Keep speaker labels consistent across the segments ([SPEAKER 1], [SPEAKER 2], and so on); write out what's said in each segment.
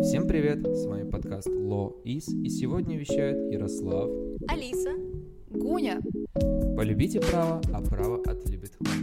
[SPEAKER 1] Всем привет, с вами подкаст Law Is, и сегодня вещают Ярослав,
[SPEAKER 2] Алиса, Гуня.
[SPEAKER 1] Полюбите право, а право отлюбит вас.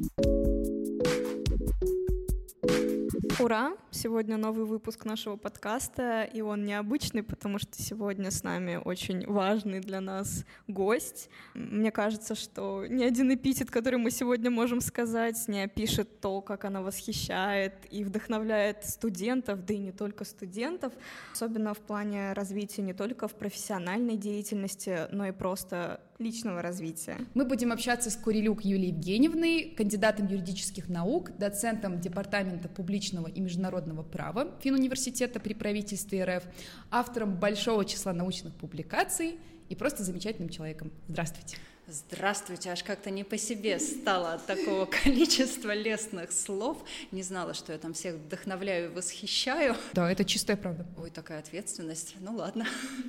[SPEAKER 2] Ура! Сегодня новый выпуск нашего подкаста, и он необычный, потому что сегодня с нами очень важный для нас гость. Мне кажется, что ни один эпитет, который мы сегодня можем сказать, не опишет то, как она восхищает и вдохновляет студентов, да и не только студентов, особенно в плане развития не только в профессиональной деятельности, но и просто личного развития.
[SPEAKER 3] Мы будем общаться с Курилюк Юлией Евгеньевной, кандидатом юридических наук, доцентом Департамента публичного и международного права Финуниверситета при правительстве РФ, автором большого числа научных публикаций и просто замечательным человеком. Здравствуйте.
[SPEAKER 4] Здравствуйте, аж как-то не по себе стало от такого количества лестных слов. Не знала, что я там всех вдохновляю и восхищаю.
[SPEAKER 3] Да, это чистая правда.
[SPEAKER 4] Ой, такая ответственность. Ну ладно.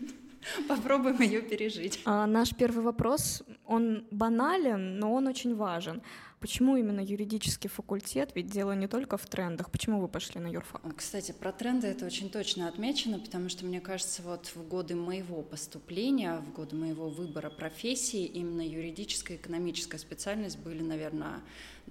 [SPEAKER 4] Попробуем ее пережить.
[SPEAKER 2] Наш первый вопрос, он банален, но он очень важен. Почему именно юридический факультет? Ведь дело не только в трендах. Почему вы пошли на юрфак?
[SPEAKER 4] Кстати, про тренды это очень точно отмечено, потому что, мне кажется, вот в годы моего поступления, в годы моего выбора профессии, именно юридическая и экономическая специальность были, наверное,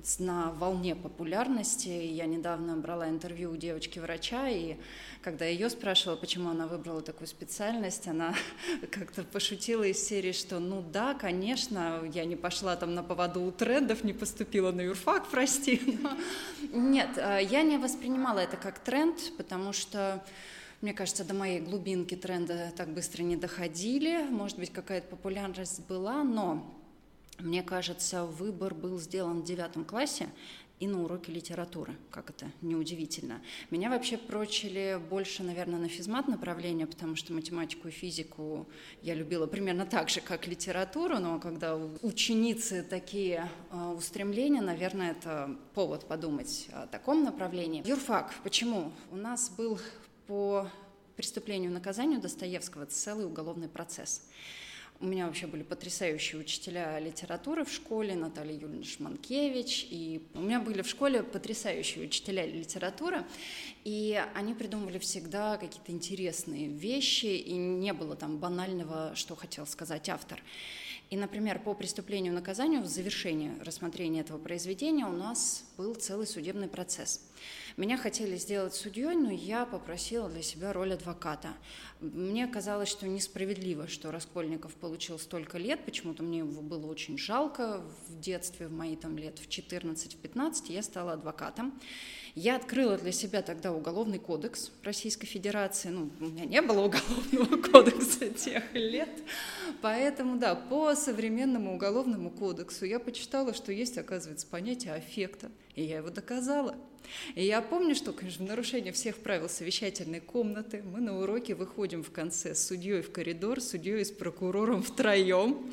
[SPEAKER 4] на волне популярности. Я недавно брала интервью у девочки-врача, и когда я ее спрашивала, почему она выбрала такую специальность, она как-то пошутила из серии, что ну да, конечно, я не пошла там на поводу у трендов, не поступила на юрфак, прости. Но... Нет, я не воспринимала это как тренд, потому что, мне кажется, до моей глубинки тренды так быстро не доходили. Может быть, какая-то популярность была, но мне кажется, выбор был сделан в 9 классе и на уроке литературы, как это неудивительно. Меня вообще прочили больше, наверное, на физмат направление, потому что математику и физику я любила примерно так же, как литературу, но когда у ученицы такие устремления, наверное, это повод подумать о таком направлении. Юрфак, почему? У нас был по преступлению и наказанию Достоевского целый уголовный процесс. У меня вообще были потрясающие учителя литературы в школе, Наталья Юрьевна Шманкевич, и у меня были в школе потрясающие учителя литературы, и они придумывали всегда какие-то интересные вещи, и не было там банального, что хотел сказать автор. И, например, по преступлению и наказанию в завершении рассмотрения этого произведения у нас был целый судебный процесс. Меня хотели сделать судьей, но я попросила для себя роль адвоката. Мне казалось, что несправедливо, что Раскольников получил столько лет, почему-то мне его было очень жалко в детстве, в мои там лет в 14-15 я стала адвокатом. Я открыла для себя тогда Уголовный кодекс Российской Федерации. Ну, у меня не было Уголовного кодекса тех лет. Поэтому, да, по современному Уголовному кодексу я почитала, что есть, оказывается, понятие аффекта. И я его доказала. И я помню, что, конечно, в нарушение всех правил совещательной комнаты мы на уроке выходим в конце с судьей в коридор, с судьей и с прокурором втроем.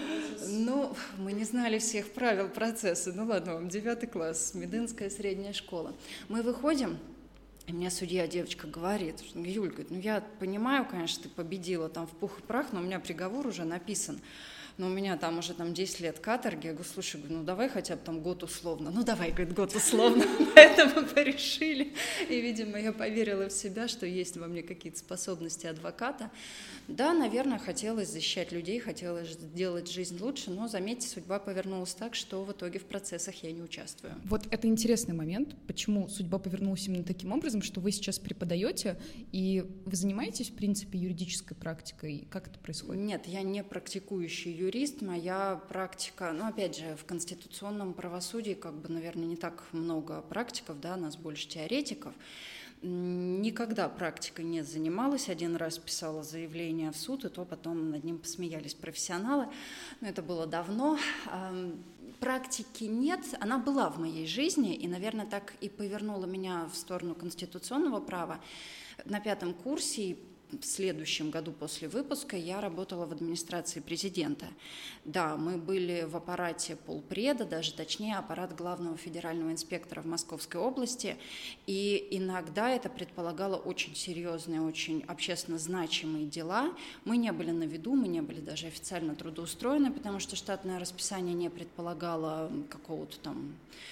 [SPEAKER 4] Ну, мы не знали всех правил процесса. Ну ладно, вам 9 класс, Медынская средняя школа. Мы выходим, и мне судья, девочка, говорит, что, Юль, говорит, ну я понимаю, конечно, ты победила там в пух и прах, но у меня приговор уже написан. Но у меня там уже 10 лет каторги. Я говорю, слушай, ну давай хотя бы там год условно. Ну давай, говорит, год условно. Поэтому мы порешили. И, видимо, я поверила в себя, что есть во мне какие-то способности адвоката. Да, наверное, хотелось защищать людей, хотелось сделать жизнь лучше, но, заметьте, судьба повернулась так, что в итоге в процессах я не участвую.
[SPEAKER 3] Вот это интересный момент, почему судьба повернулась именно таким образом, что вы сейчас преподаете, и вы занимаетесь, в принципе, юридической практикой. Как это происходит?
[SPEAKER 4] Нет, я не практикующий юрист. Моя практика, ну, опять же, в конституционном правосудии, наверное, не так много практиков, да, нас больше теоретиков. Никогда практикой не занималась. Один раз писала заявление в суд, и то потом над ним посмеялись профессионалы. Но это было давно. Практики нет, она была в моей жизни, и, наверное, так и повернула меня в сторону конституционного права. На 5 курсе в следующем году после выпуска я работала в администрации президента. Да, мы были в аппарате полпреда, даже точнее аппарат главного федерального инспектора в Московской области, и иногда это предполагало очень серьезные, очень общественно значимые дела. Мы не были на виду, мы не были даже официально трудоустроены, потому что штатное расписание не предполагало какого-то там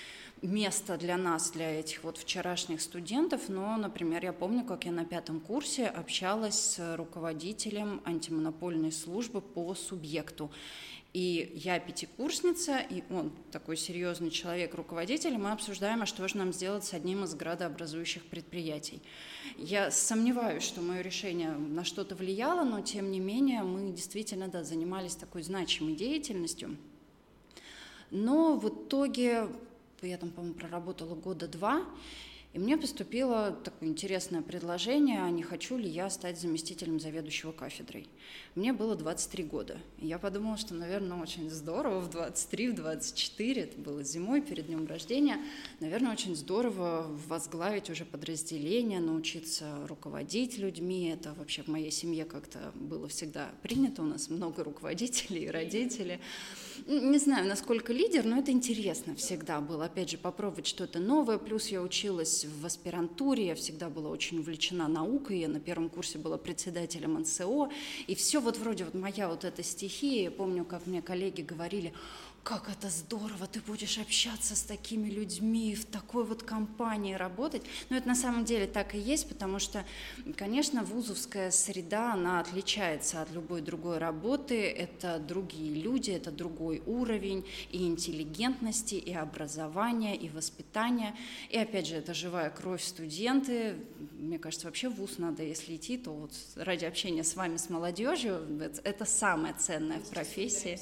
[SPEAKER 4] место для нас, для этих вот вчерашних студентов, но, например, я помню, как я на 5 курсе общалась с руководителем антимонопольной службы по субъекту. И я пятикурсница, и он такой серьезный человек, руководитель, и мы обсуждаем, а что же нам сделать с одним из градообразующих предприятий. Я сомневаюсь, что мое решение на что-то влияло, но тем не менее мы действительно, да, занимались такой значимой деятельностью. Но в итоге, я там, по-моему, проработала 2 года, и мне поступило такое интересное предложение, а не хочу ли я стать заместителем заведующего кафедрой. Мне было 23 года, и я подумала, что, наверное, очень здорово в 23, в 24, это было зимой, перед днем рождения, наверное, очень здорово возглавить уже подразделение, научиться руководить людьми. Это вообще в моей семье как-то было всегда принято, у нас много руководителей, родителей. Не знаю, насколько лидер, но это интересно всегда было, опять же, попробовать что-то новое, плюс я училась в аспирантуре, я всегда была очень увлечена наукой, я на 1 курсе была председателем НСО, и все вот вроде вот моя вот эта стихия, я помню, как мне коллеги говорили: как это здорово, ты будешь общаться с такими людьми, в такой вот компании работать. Но это на самом деле так и есть, потому что, конечно, вузовская среда, она отличается от любой другой работы. Это другие люди, это другой уровень и интеллигентности, и образования, и воспитания. И опять же, это живая кровь студенты. Мне кажется, вообще в вуз надо, если идти, то вот ради общения с вами, с молодежью, это самое ценное в профессии.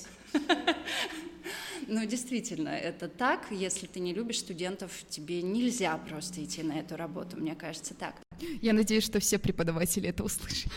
[SPEAKER 4] Ну, действительно, это так. Если ты не любишь студентов, тебе нельзя просто идти на эту работу, мне кажется, так.
[SPEAKER 3] Я надеюсь, что все преподаватели это услышат.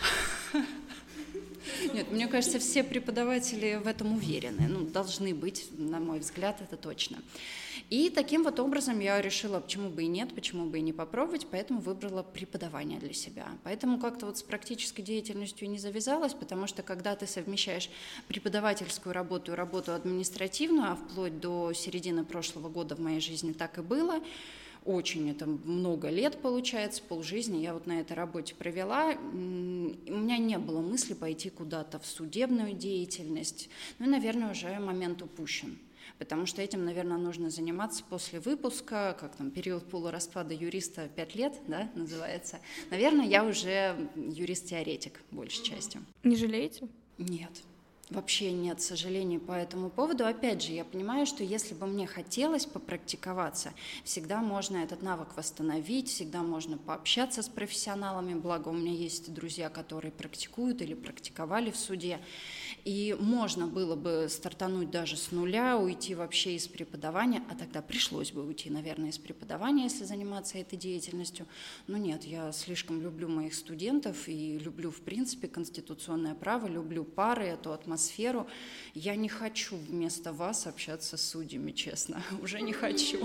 [SPEAKER 4] Нет, мне кажется, все преподаватели в этом уверены. Ну, должны быть, на мой взгляд, это точно. И таким вот образом я решила, почему бы и нет, почему бы и не попробовать, поэтому выбрала преподавание для себя. Поэтому как-то вот с практической деятельностью не завязалась, потому что когда ты совмещаешь преподавательскую работу и работу административную, а вплоть до середины прошлого года в моей жизни так и было, очень это много лет, получается, полжизни я вот на этой работе провела. У меня не было мысли пойти куда-то в судебную деятельность. Ну и, наверное, уже момент упущен. Потому что этим, наверное, нужно заниматься после выпуска, как там период полураспада юриста 5 лет, да, называется. Наверное, я уже юрист-теоретик, большей частью.
[SPEAKER 2] Не жалеете?
[SPEAKER 4] Нет. Вообще нет сожалений по этому поводу. Опять же, я понимаю, что если бы мне хотелось попрактиковаться, всегда можно этот навык восстановить, всегда можно пообщаться с профессионалами, благо у меня есть друзья, которые практикуют или практиковали в суде, и можно было бы стартануть даже с нуля, уйти вообще из преподавания, а тогда пришлось бы уйти, наверное, из преподавания, если заниматься этой деятельностью. Но нет, я слишком люблю моих студентов и люблю, в принципе, конституционное право, люблю пары, эту атмосферу. Я не хочу вместо вас общаться с судьями, честно, уже не хочу.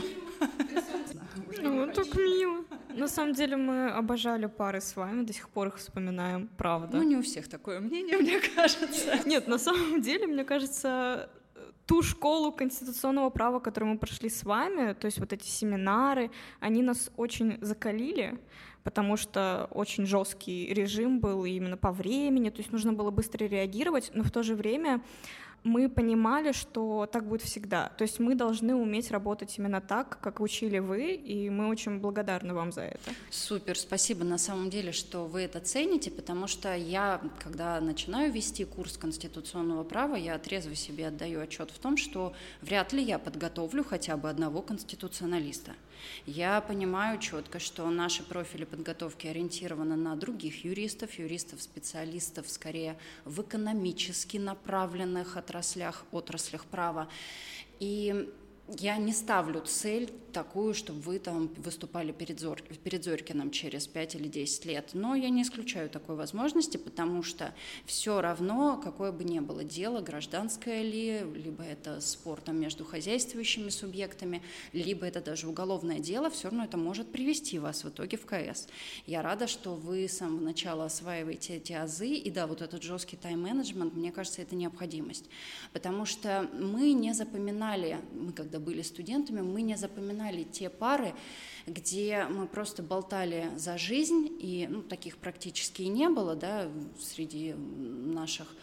[SPEAKER 2] Ну, так мило. На самом деле мы обожали пары с вами, до сих пор их вспоминаем, правда.
[SPEAKER 4] Ну, не у всех такое мнение, мне кажется.
[SPEAKER 2] Нет, на самом деле, мне кажется, ту школу конституционного права, которую мы прошли с вами, то есть вот эти семинары, они нас очень закалили, потому что очень жесткий режим был именно по времени, то есть нужно было быстро реагировать, но в то же время мы понимали, что так будет всегда. То есть мы должны уметь работать именно так, как учили вы, и мы очень благодарны вам за это.
[SPEAKER 4] Супер, спасибо на самом деле, что вы это цените, потому что я, когда начинаю вести курс конституционного права, я трезво себе отдаю отчет в том, что вряд ли я подготовлю хотя бы одного конституционалиста. Я понимаю четко, что наши профили подготовки ориентированы на других юристов, специалистов скорее в экономически направленных отраслях права. И я не ставлю цель такую, чтобы вы там выступали перед Зорькиным через 5 или 10 лет. Но я не исключаю такой возможности, потому что все равно, какое бы ни было дело, гражданское ли, либо это спор там между хозяйствующими субъектами, либо это даже уголовное дело, все равно это может привести вас в итоге в КС. Я рада, что вы с самого начала осваиваете эти азы, и да, вот этот жесткий тайм-менеджмент, мне кажется, это необходимость. Потому что мы не запоминали, мы когда были студентами, мы не запоминали те пары, где мы просто болтали за жизнь, и таких практически и не было, да, среди наших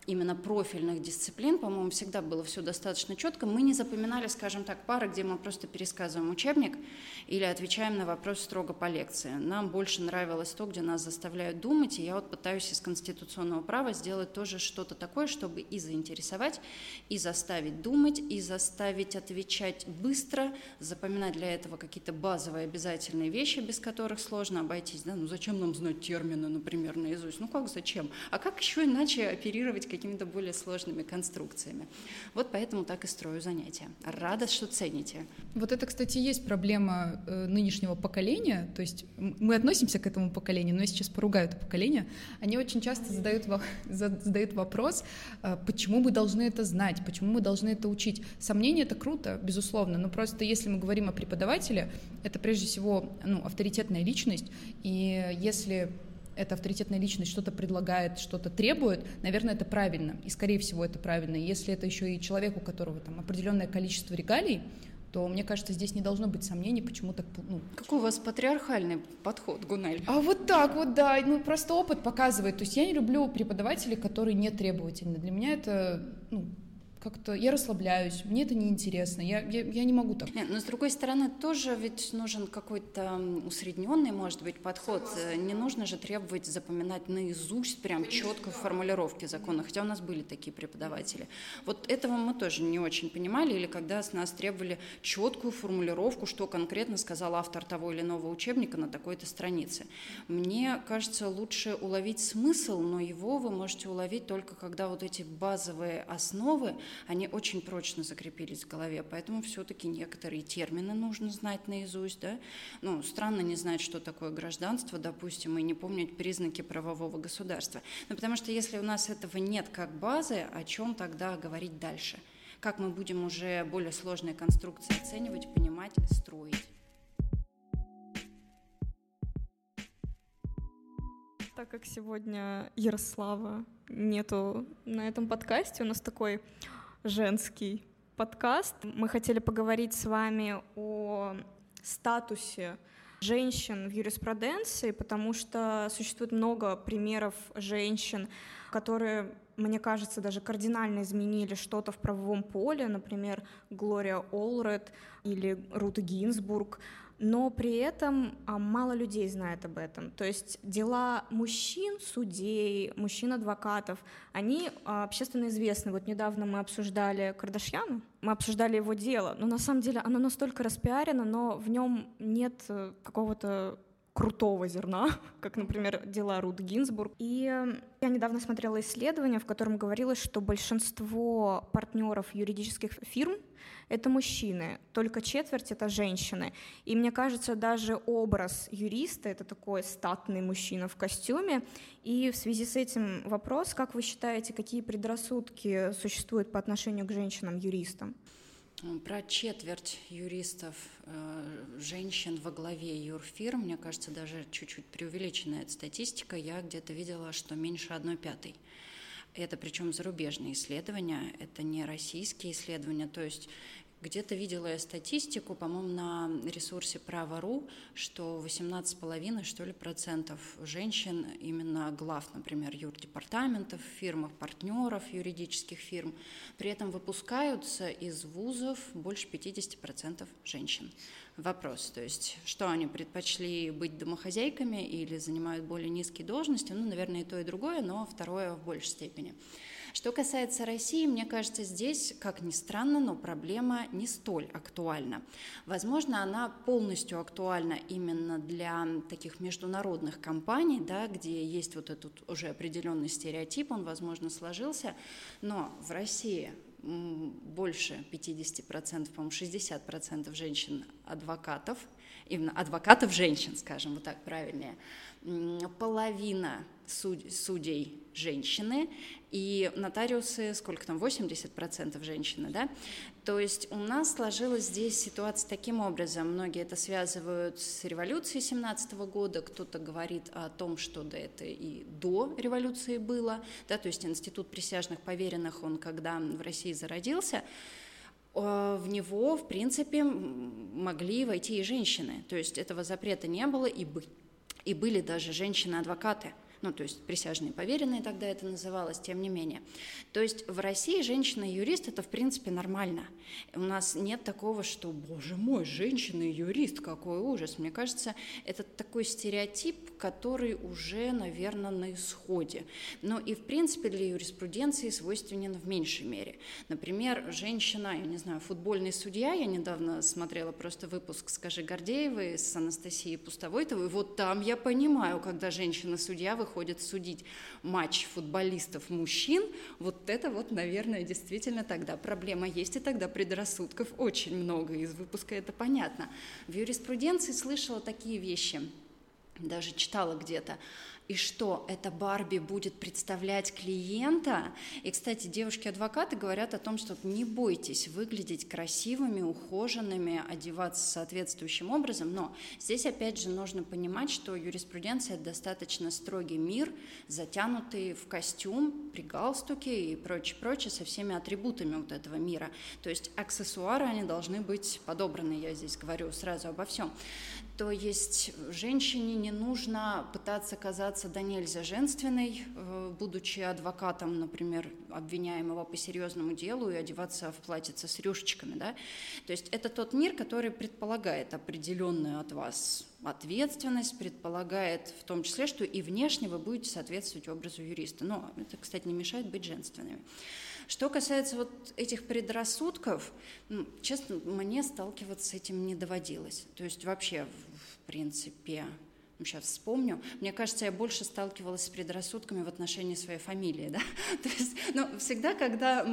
[SPEAKER 4] именно профильных дисциплин, по-моему, всегда было все достаточно четко. Мы не запоминали, скажем так, пары, где мы просто пересказываем учебник или отвечаем на вопрос строго по лекции. Нам больше нравилось то, где нас заставляют думать, и я вот пытаюсь из конституционного права сделать тоже что-то такое, чтобы и заинтересовать, и заставить думать, и заставить отвечать быстро, запоминать для этого какие-то базовые обязательные вещи, без которых сложно обойтись. Да? Ну зачем нам знать термины, например, наизусть? Ну как зачем? А как еще иначе оперировать какими-то более сложными конструкциями? Вот поэтому так и строю занятия. Рада, что цените.
[SPEAKER 3] Вот это, кстати, и есть проблема нынешнего поколения, то есть мы относимся к этому поколению, но я сейчас поругаю это поколение, они очень часто задают вопрос, почему мы должны это знать, почему мы должны это учить. Сомнение — это круто, безусловно, но просто если мы говорим о преподавателе, это прежде всего авторитетная личность, и если эта авторитетная личность что-то предлагает, что-то требует, наверное, это правильно, и, скорее всего, это правильно. И если это еще и человек, у которого там определенное количество регалий, то, мне кажется, здесь не должно быть сомнений, почему так...
[SPEAKER 4] Какой у вас патриархальный подход, Гунель?
[SPEAKER 3] А вот так вот, да, просто опыт показывает. То есть я не люблю преподавателей, которые не требовательны. Для меня это, как-то я расслабляюсь, мне это неинтересно, я не могу так.
[SPEAKER 4] Нет, но с другой стороны, тоже ведь нужен какой-то усредненный, может быть, подход. Не нужно же требовать запоминать наизусть прям четко формулировки закона, хотя у нас были такие преподаватели. Вот этого мы тоже не очень понимали, или когда с нас требовали четкую формулировку, что конкретно сказал автор того или иного учебника на такой-то странице. Мне кажется, лучше уловить смысл, но его вы можете уловить только когда вот эти базовые основы, они очень прочно закрепились в голове, поэтому все-таки некоторые термины нужно знать наизусть, да? Странно не знать, что такое гражданство, допустим, и не помнить признаки правового государства. Потому что если у нас этого нет как базы, о чем тогда говорить дальше? Как мы будем уже более сложные конструкции оценивать, понимать, строить?
[SPEAKER 2] Так как сегодня Ярослава нету на этом подкасте, у нас такой женский подкаст. Мы хотели поговорить с вами о статусе женщин в юриспруденции, потому что существует много примеров женщин, которые, мне кажется, даже кардинально изменили что-то в правовом поле, например, Глория Олред или Рута Гинзбург, но при этом мало людей знает об этом. То есть дела мужчин, судей, мужчин-адвокатов, они общественно известны. Вот недавно мы обсуждали Кардашьяна, мы обсуждали его дело, но на самом деле оно настолько распиарено, но в нем нет какого-то крутого зерна, как, например, дела Рут Гинзбург. И я недавно смотрела исследование, в котором говорилось, что большинство партнеров юридических фирм — это мужчины, только четверть — это женщины. И мне кажется, даже образ юриста — это такой статный мужчина в костюме. И в связи с этим вопрос, как вы считаете, какие предрассудки существуют по отношению к женщинам-юристам?
[SPEAKER 4] Про четверть юристов, женщин во главе юрфирм, мне кажется, даже чуть-чуть преувеличенная эта статистика. Я где-то видела, что меньше 1/5. Это причем зарубежные исследования, это не российские исследования. То есть где-то видела я статистику, по-моему, на ресурсе Право.ру, что 18,5%, что ли, процентов женщин, именно глав, например, юрдепартаментов в фирмах, партнеров юридических фирм, при этом выпускаются из вузов больше 50% женщин. Вопрос, то есть, что они предпочли быть домохозяйками или занимают более низкие должности? Наверное, и то, и другое, но второе в большей степени. Что касается России, мне кажется, здесь, как ни странно, но проблема не столь актуальна. Возможно, она полностью актуальна именно для таких международных компаний, да, где есть вот этот уже определенный стереотип, он, возможно, сложился, но в России больше 50%, по-моему, 60% женщин-адвокатов, именно адвокатов женщин, скажем вот так правильнее, половина судей женщины, и нотариусы, сколько там, 80% женщины, да? То есть у нас сложилась здесь ситуация таким образом, многие это связывают с революцией 17 года, кто-то говорит о том, что да, это и до революции было, да, то есть институт присяжных поверенных, он когда в России зародился, в него, в принципе, могли войти и женщины, то есть этого запрета не было, и были даже женщины-адвокаты. то есть присяжные поверенные тогда это называлось, тем не менее. То есть в России женщина-юрист – это, в принципе, нормально. У нас нет такого, что, боже мой, женщина-юрист, какой ужас. Мне кажется, это такой стереотип, который уже, наверное, на исходе. Но и, в принципе, для юриспруденции свойственен в меньшей мере. Например, женщина, я не знаю, футбольный судья, я недавно смотрела просто выпуск «Скажи Гордеевой» с Анастасией Пустовойтовой, вот там я понимаю, когда женщина-судья выходит судить матч футболистов-мужчин, вот это вот, наверное, действительно тогда проблема есть, и тогда предрассудков очень много, из выпуска это понятно. В юриспруденции слышала такие вещи, даже читала где-то. И что, эта Барби будет представлять клиента? И, кстати, девушки-адвокаты говорят о том, что не бойтесь выглядеть красивыми, ухоженными, одеваться соответствующим образом, но здесь, опять же, нужно понимать, что юриспруденция – это достаточно строгий мир, затянутый в костюм, при галстуке и прочее, со всеми атрибутами вот этого мира. То есть аксессуары, они должны быть подобраны, я здесь говорю сразу обо всем. То есть женщине не нужно пытаться казаться до нельзя женственной, будучи адвокатом, например, обвиняемого по серьезному делу, и одеваться в платьице с рюшечками. Да? То есть это тот мир, который предполагает определенную от вас ответственность, предполагает в том числе, что и внешне вы будете соответствовать образу юриста. Но это, кстати, не мешает быть женственными. Что касается вот этих предрассудков, честно, мне сталкиваться с этим не доводилось. То есть вообще, в принципе, сейчас вспомню, мне кажется, я больше сталкивалась с предрассудками в отношении своей фамилии. Да? То есть, всегда, когда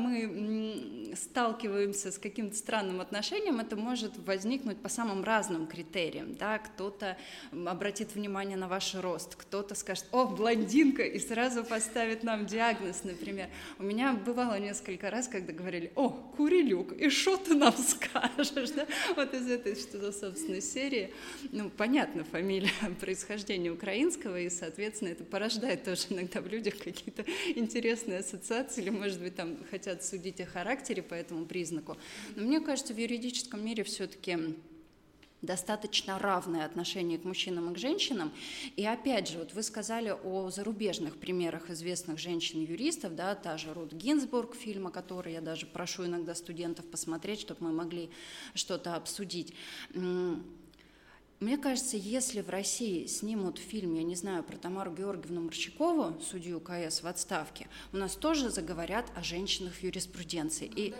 [SPEAKER 4] мы сталкиваемся с каким-то странным отношением, это может возникнуть по самым разным критериям. Да? Кто-то обратит внимание на ваш рост, кто-то скажет: «О, блондинка!» и сразу поставит нам диагноз, например. У меня бывало несколько раз, когда говорили: «О, Курилюк, и что ты нам скажешь?» Да? Вот из этой что-то, собственно, серии. Понятно, фамилия происхождения украинского, и, соответственно, это порождает тоже иногда в людях какие-то интересные ассоциации, или, может быть, там хотят судить о характере по этому признаку. Но мне кажется, в юридическом мире все-таки достаточно равное отношение к мужчинам и к женщинам. И опять же, вот вы сказали о зарубежных примерах известных женщин-юристов, да, та же Рут Гинзбург, фильм, о которой я даже прошу иногда студентов посмотреть, чтобы мы могли что-то обсудить. Мне кажется, если в России снимут фильм, я не знаю, про Тамару Георгиевну Марчакову, судью КС в отставке, у нас тоже заговорят о женщинах в юриспруденции.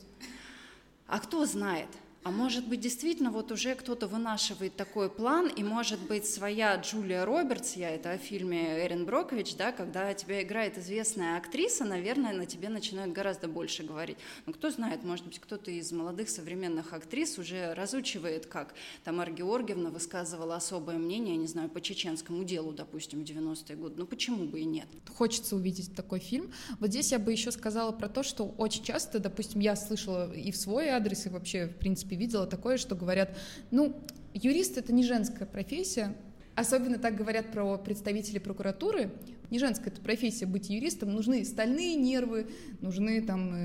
[SPEAKER 4] А кто знает? А может быть, действительно, вот уже кто-то вынашивает такой план, и, может быть, своя Джулия Робертс, это о фильме Эрин Брокович, да, когда тебя играет известная актриса, наверное, на тебе начинают гораздо больше говорить. Но кто знает, может быть, кто-то из молодых современных актрис уже разучивает, как Тамара Георгиевна высказывала особое мнение, не знаю, по чеченскому делу, допустим, в 90-е годы. Почему бы и нет?
[SPEAKER 3] Хочется увидеть такой фильм. Вот здесь я бы еще сказала про то, что очень часто, допустим, я слышала и в свой адрес, и вообще, в принципе, видела такое, что говорят: юрист — это не женская профессия. Особенно так говорят про представителей прокуратуры. Не женская это профессия быть юристом. Нужны стальные нервы, нужны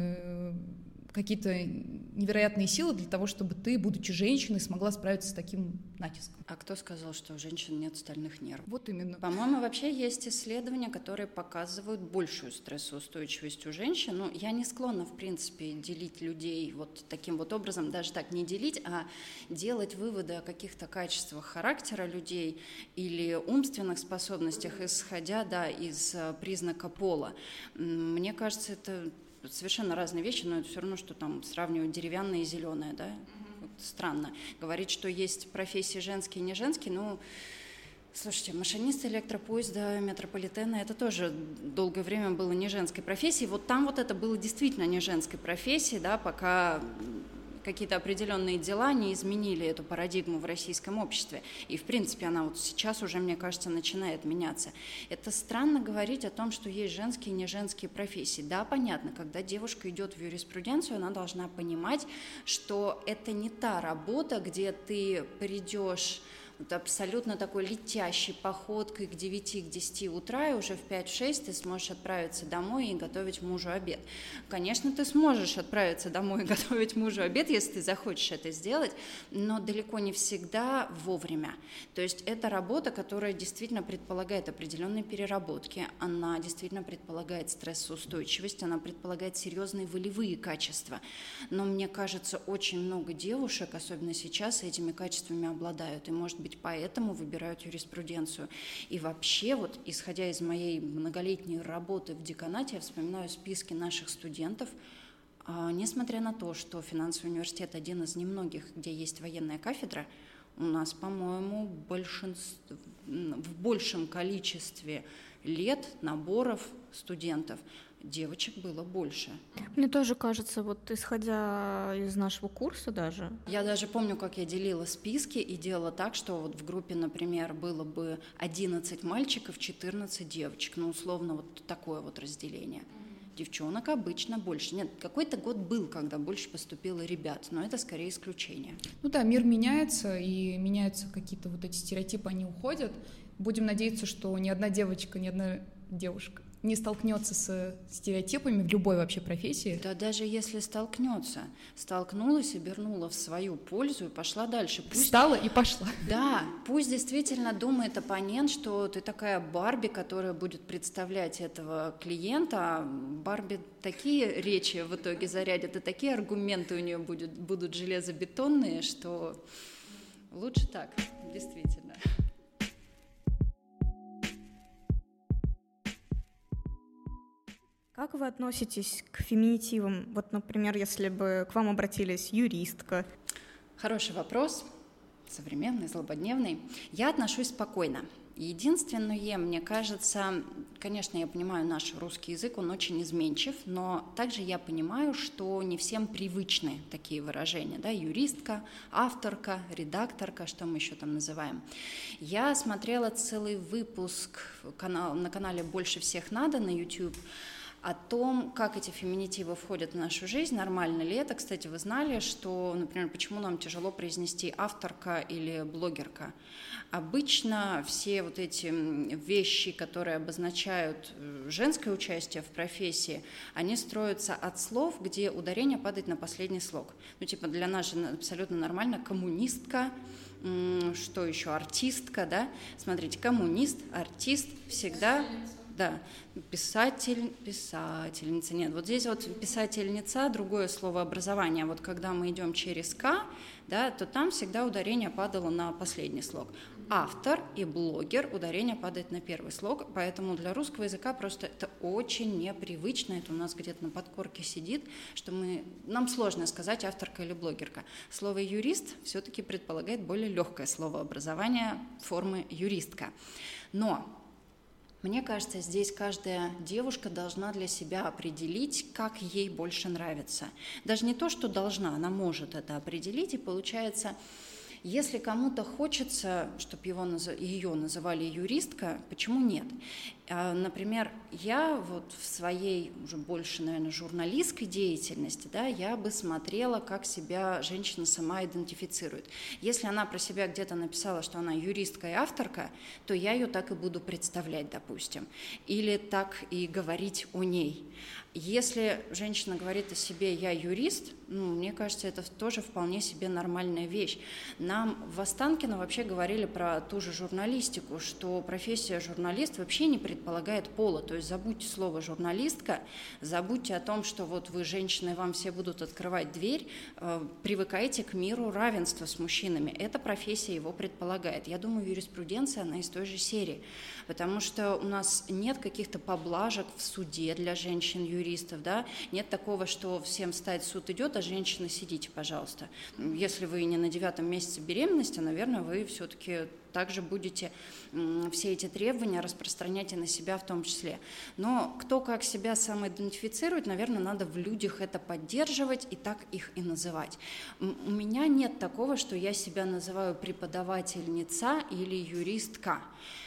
[SPEAKER 3] какие-то невероятные силы для того, чтобы ты, будучи женщиной, смогла справиться с таким натиском.
[SPEAKER 4] А кто сказал, что у женщин нет стальных нервов?
[SPEAKER 3] Вот именно.
[SPEAKER 4] По-моему, вообще есть исследования, которые показывают большую стрессоустойчивость у женщин. Я не склонна, в принципе, делить людей вот таким вот образом, даже так не делить, а делать выводы о каких-то качествах характера людей или умственных способностях, исходя, из признака пола. Мне кажется, это совершенно разные вещи, но это все равно, что там сравнивать деревянное и зеленое, да? Вот странно. Говорить, что есть профессии женские и не женские, слушайте, машинист электропоезда, метрополитена, это тоже долгое время было не женской профессией. Вот там вот это было действительно не женской профессией, да, пока какие-то определенные дела не изменили эту парадигму в российском обществе. И, в принципе, она вот сейчас уже, мне кажется, начинает меняться. Это странно говорить о том, что есть женские и не женские профессии. Да, понятно, когда девушка идет в юриспруденцию, она должна понимать, что это не та работа, где ты придешь вот абсолютно такой летящей походкой к 9, к 10 утра, и уже в 5-6 ты сможешь отправиться домой и готовить мужу обед. Конечно, ты сможешь отправиться домой и готовить мужу обед, если ты захочешь это сделать, но далеко не всегда вовремя. То есть это работа, которая действительно предполагает определенные переработки, она действительно предполагает стрессоустойчивость, она предполагает серьезные волевые качества. Но мне кажется, очень много девушек, особенно сейчас, этими качествами обладают, и, может быть, поэтому выбирают юриспруденцию. И вообще, вот, исходя из моей многолетней работы в деканате, я вспоминаю списки наших студентов. Несмотря на то, что финансовый университет один из немногих, где есть военная кафедра, у нас, по-моему, в большем количестве лет наборов студентов девочек было больше.
[SPEAKER 2] Мне тоже кажется, вот исходя из нашего курса даже.
[SPEAKER 4] Я даже помню, как я делила списки и делала так, что вот в группе, например, было бы 11 мальчиков, 14 девочек. Ну, условно, вот такое вот разделение. Девчонок обычно больше. Нет, какой-то год был, когда больше поступило ребят, но это скорее исключение.
[SPEAKER 3] Ну да, мир меняется, и меняются какие-то вот эти стереотипы, они уходят. Будем надеяться, что ни одна девочка, ни одна девушка не столкнется с стереотипами в любой вообще профессии.
[SPEAKER 4] Да даже если столкнулась, обернула в свою пользу и пошла дальше.
[SPEAKER 3] Встала и пошла.
[SPEAKER 4] Да, пусть действительно думает оппонент, что ты такая Барби, которая будет представлять этого клиента, а Барби такие речи в итоге зарядят, и такие аргументы у нее будут железобетонные, что лучше так, действительно.
[SPEAKER 2] Как вы относитесь к феминитивам? Вот, например, если бы к вам обратились юристка.
[SPEAKER 4] Хороший вопрос, современный, злободневный. Я отношусь спокойно. Единственное, мне кажется, конечно, я понимаю наш русский язык, он очень изменчив, но также я понимаю, что не всем привычны такие выражения, да, юристка, авторка, редакторка, что мы еще там называем. Я смотрела целый выпуск на канале «Больше всех надо» на YouTube о том, как эти феминитивы входят в нашу жизнь, нормально ли это. Кстати, вы знали, что, например, почему нам тяжело произнести авторка или блогерка? Обычно все вот эти вещи, которые обозначают женское участие в профессии, они строятся от слов, где ударение падает на последний слог. Ну, типа для нас же абсолютно нормально коммунистка, что еще, артистка, да? Смотрите, коммунист, артист всегда... Да, писательница. Нет, вот здесь вот писательница, другое слово образование. Вот когда мы идем через «к», да, то там всегда ударение падало на последний слог. Автор и блогер, ударение падает на первый слог, поэтому для русского языка просто это очень непривычно, это у нас где-то на подкорке сидит, что нам сложно сказать авторка или блогерка. Слово «юрист» все-таки предполагает более легкое слово образования формы «юристка». Но мне кажется, здесь каждая девушка должна для себя определить, как ей больше нравится. Даже не то, что должна, она может это определить, и получается, если кому-то хочется, чтобы ее называли юристка, почему нет? Например, я вот в своей уже больше, наверное, журналистской деятельности, да, я бы смотрела, как себя женщина сама идентифицирует. Если она про себя где-то написала, что она юристка и авторка, то я ее так и буду представлять, допустим, или так и говорить о ней. Если женщина говорит о себе «я юрист», мне кажется, это тоже вполне себе нормальная вещь. Нам в Останкино вообще говорили про ту же журналистику, что профессия журналист вообще не предполагает пола. То есть забудьте слово «журналистка», забудьте о том, что вот вы женщины, вам все будут открывать дверь, привыкайте к миру равенства с мужчинами. Эта профессия его предполагает. Я думаю, юриспруденция, она из той же серии, потому что у нас нет каких-то поблажек в суде для женщин-юристов, да? Нет такого, что всем встать, суд идет, а женщины сидите, пожалуйста. Если вы не на 9-м месяце беременности, наверное, вы все-таки также будете все эти требования распространять и на себя в том числе. Но кто как себя самоидентифицирует, наверное, надо в людях это поддерживать и так их и называть. У меня нет такого, что я себя называю преподавательница или юристка.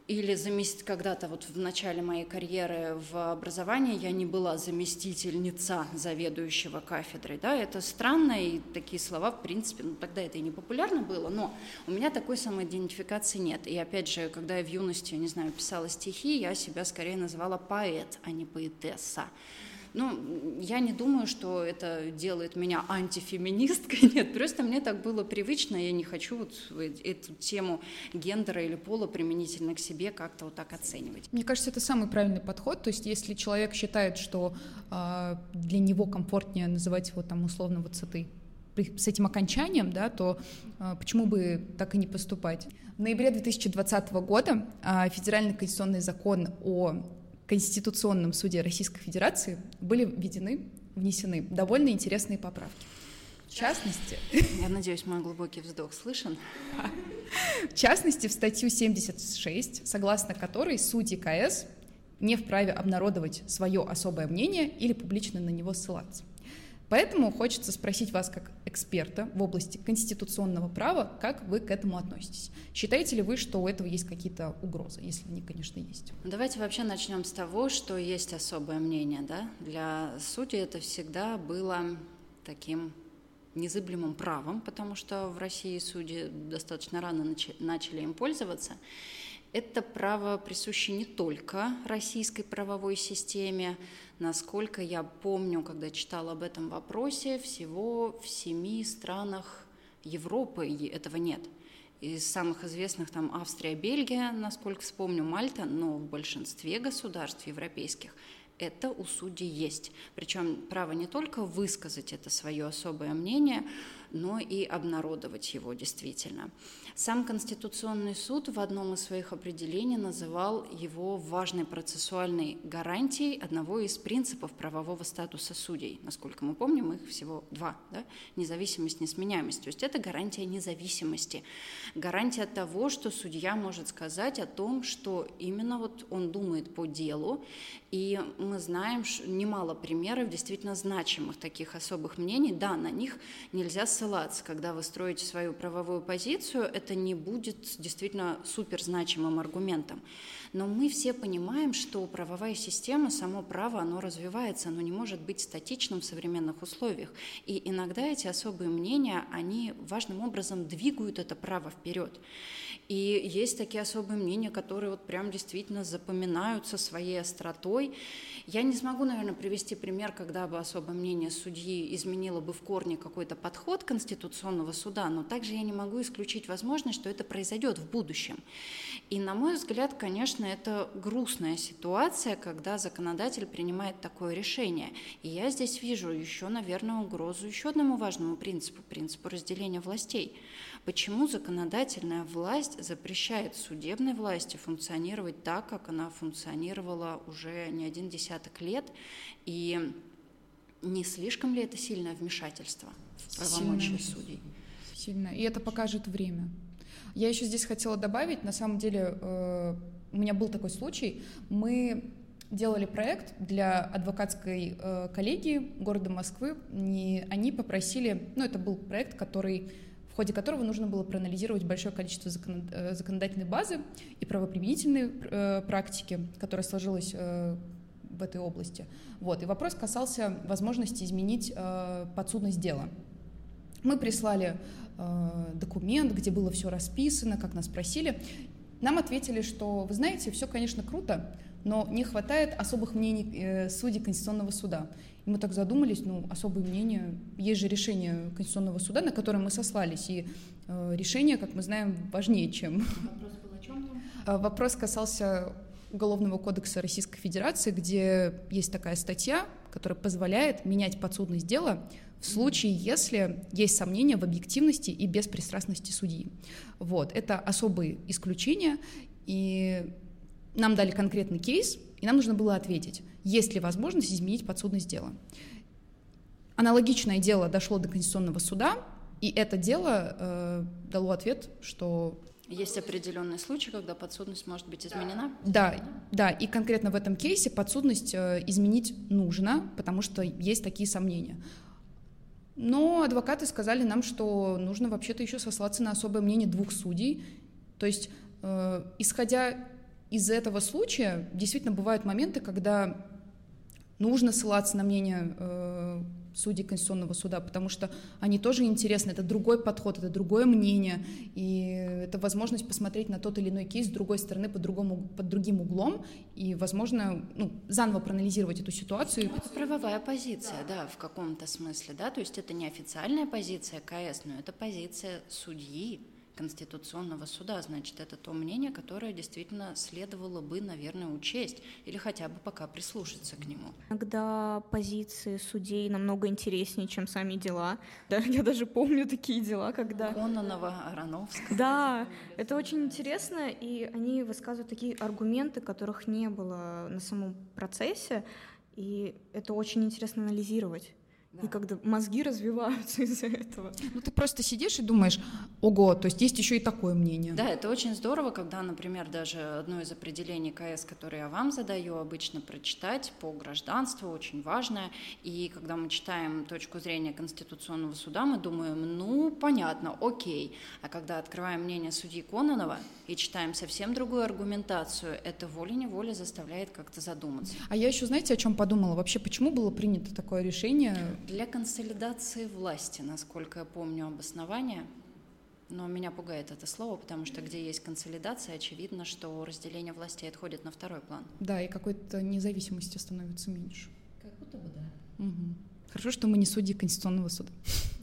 [SPEAKER 4] Или когда-то вот в начале моей карьеры в образовании я не была заместительница заведующего кафедрой, да, это странно, и такие слова, в принципе, тогда это и не популярно было, но у меня такой самоидентификации нет. И опять же, когда я в юности, не знаю, писала стихи, я себя скорее называла поэт, а не поэтесса. Я не думаю, что это делает меня антифеминисткой, нет, просто мне так было привычно, я не хочу вот эту тему гендера или пола применительно к себе как-то вот так оценивать.
[SPEAKER 3] Мне кажется, это самый правильный подход, то есть если человек считает, что для него комфортнее называть его там условно вот с этим окончанием, да, то почему бы так и не поступать? В ноябре 2020 года Федеральный конституционный закон о Конституционном суде Российской Федерации были внесены довольно интересные поправки. В частности...
[SPEAKER 4] Я надеюсь, мой глубокий вздох слышен.
[SPEAKER 3] В частности, в статью 76, согласно которой судьи КС не вправе обнародовать свое особое мнение или публично на него ссылаться. Поэтому хочется спросить вас, как эксперта в области конституционного права, как вы к этому относитесь? Считаете ли вы, что у этого есть какие-то угрозы, если они, конечно, есть?
[SPEAKER 4] Давайте вообще начнем с того, что есть особое мнение. Да? Для судей это всегда было таким незыблемым правом, потому что в России судьи достаточно рано начали им пользоваться. Это право присуще не только российской правовой системе. Насколько я помню, когда читала об этом вопросе, всего в 7 странах Европы этого нет. Из самых известных там Австрия, Бельгия, насколько вспомню, Мальта, но в большинстве государств европейских это у судей есть. Причем право не только высказать это свое особое мнение, но и обнародовать его действительно. Сам Конституционный суд в одном из своих определений называл его важной процессуальной гарантией одного из принципов правового статуса судей. Насколько мы помним, их всего 2, да? Независимость, несменяемость. То есть это гарантия независимости, гарантия того, что судья может сказать о том, что именно вот он думает по делу. И мы знаем немало примеров действительно значимых таких особых мнений. Да, на них нельзя ссылаться. Когда вы строите свою правовую позицию, это не будет действительно суперзначимым аргументом. Но мы все понимаем, что правовая система, само право, оно развивается, оно не может быть статичным в современных условиях. И иногда эти особые мнения, они важным образом двигают это право вперед. И есть такие особые мнения, которые вот прям действительно запоминаются своей остротой. Я не смогу, наверное, привести пример, когда бы особое мнение судьи изменило бы в корне какой-то подход Конституционного суда, но также я не могу исключить возможность, что это произойдет в будущем. И, на мой взгляд, конечно, это грустная ситуация, когда законодатель принимает такое решение. И я здесь вижу еще, наверное, угрозу еще одному важному принципу разделения властей. Почему законодательная власть запрещает судебной власти функционировать так, как она функционировала уже не 1 десяток лет, и не слишком ли это сильное вмешательство в правомочия судей?
[SPEAKER 3] Сильно, и это покажет время. Я еще здесь хотела добавить, на самом деле у меня был такой случай, мы делали проект для адвокатской коллегии города Москвы, они попросили, это был проект, в ходе которого нужно было проанализировать большое количество законодательной базы и правоприменительной практики, которая сложилась в этой области. И вопрос касался возможности изменить подсудность дела. Мы прислали документ, где было все расписано, как нас просили. Нам ответили, что, вы знаете, все, конечно, круто, но не хватает особых мнений судей Конституционного суда. И мы так задумались, особые мнения, есть же решение Конституционного суда, на которое мы сослались, и решение, как мы знаем, важнее, чем...
[SPEAKER 4] Вопрос был о чем там?
[SPEAKER 3] Вопрос касался Уголовного кодекса Российской Федерации, где есть такая статья, которая позволяет менять подсудность дела в случае, если есть сомнения в объективности и беспристрастности судьи. Это особые исключения, и нам дали конкретный кейс, и нам нужно было ответить, есть ли возможность изменить подсудность дела. Аналогичное дело дошло до Конституционного суда, и это дело дало ответ, что...
[SPEAKER 4] Есть определенный случай, когда подсудность может быть изменена?
[SPEAKER 3] Да, и конкретно в этом кейсе подсудность изменить нужно, потому что есть такие сомнения. Но адвокаты сказали нам, что нужно вообще-то еще сослаться на особое мнение 2 судей. То есть, исходя из-за этого случая действительно бывают моменты, когда нужно ссылаться на мнение судей Конституционного суда, потому что они тоже интересны, это другой подход, это другое мнение, и это возможность посмотреть на тот или иной кейс с другой стороны, под другим углом, и, возможно, заново проанализировать эту ситуацию.
[SPEAKER 4] Это правовая позиция, да, в каком-то смысле, да, то есть это не официальная позиция КС, но это позиция судьи Конституционного суда, значит, это то мнение, которое действительно следовало бы, наверное, учесть или хотя бы пока прислушаться к нему.
[SPEAKER 2] Иногда позиции судей намного интереснее, чем сами дела. Да, я даже помню такие дела, когда...
[SPEAKER 4] Кононова, Ароновского.
[SPEAKER 2] Да, это очень интересно, и они высказывают такие аргументы, которых не было на самом процессе, и это очень интересно анализировать. Да. И когда мозги развиваются из-за этого.
[SPEAKER 3] Ты просто сидишь и думаешь, ого, то есть есть еще и такое мнение.
[SPEAKER 4] Да, это очень здорово, когда, например, даже одно из определений КС, которое я вам задаю, обычно прочитать по гражданству, очень важное. И когда мы читаем точку зрения Конституционного суда, мы думаем, понятно, окей. А когда открываем мнение судьи Кононова и читаем совсем другую аргументацию, это волей-неволей заставляет как-то задуматься.
[SPEAKER 3] А я еще, знаете, о чем подумала? Вообще, почему было принято такое решение?
[SPEAKER 4] Для консолидации власти, насколько я помню обоснование, но меня пугает это слово, потому что где есть консолидация, очевидно, что разделение властей отходит на второй план.
[SPEAKER 3] Да, и какой-то независимости становится меньше.
[SPEAKER 4] Как будто бы да.
[SPEAKER 3] Угу. Хорошо, что мы не судьи Конституционного суда,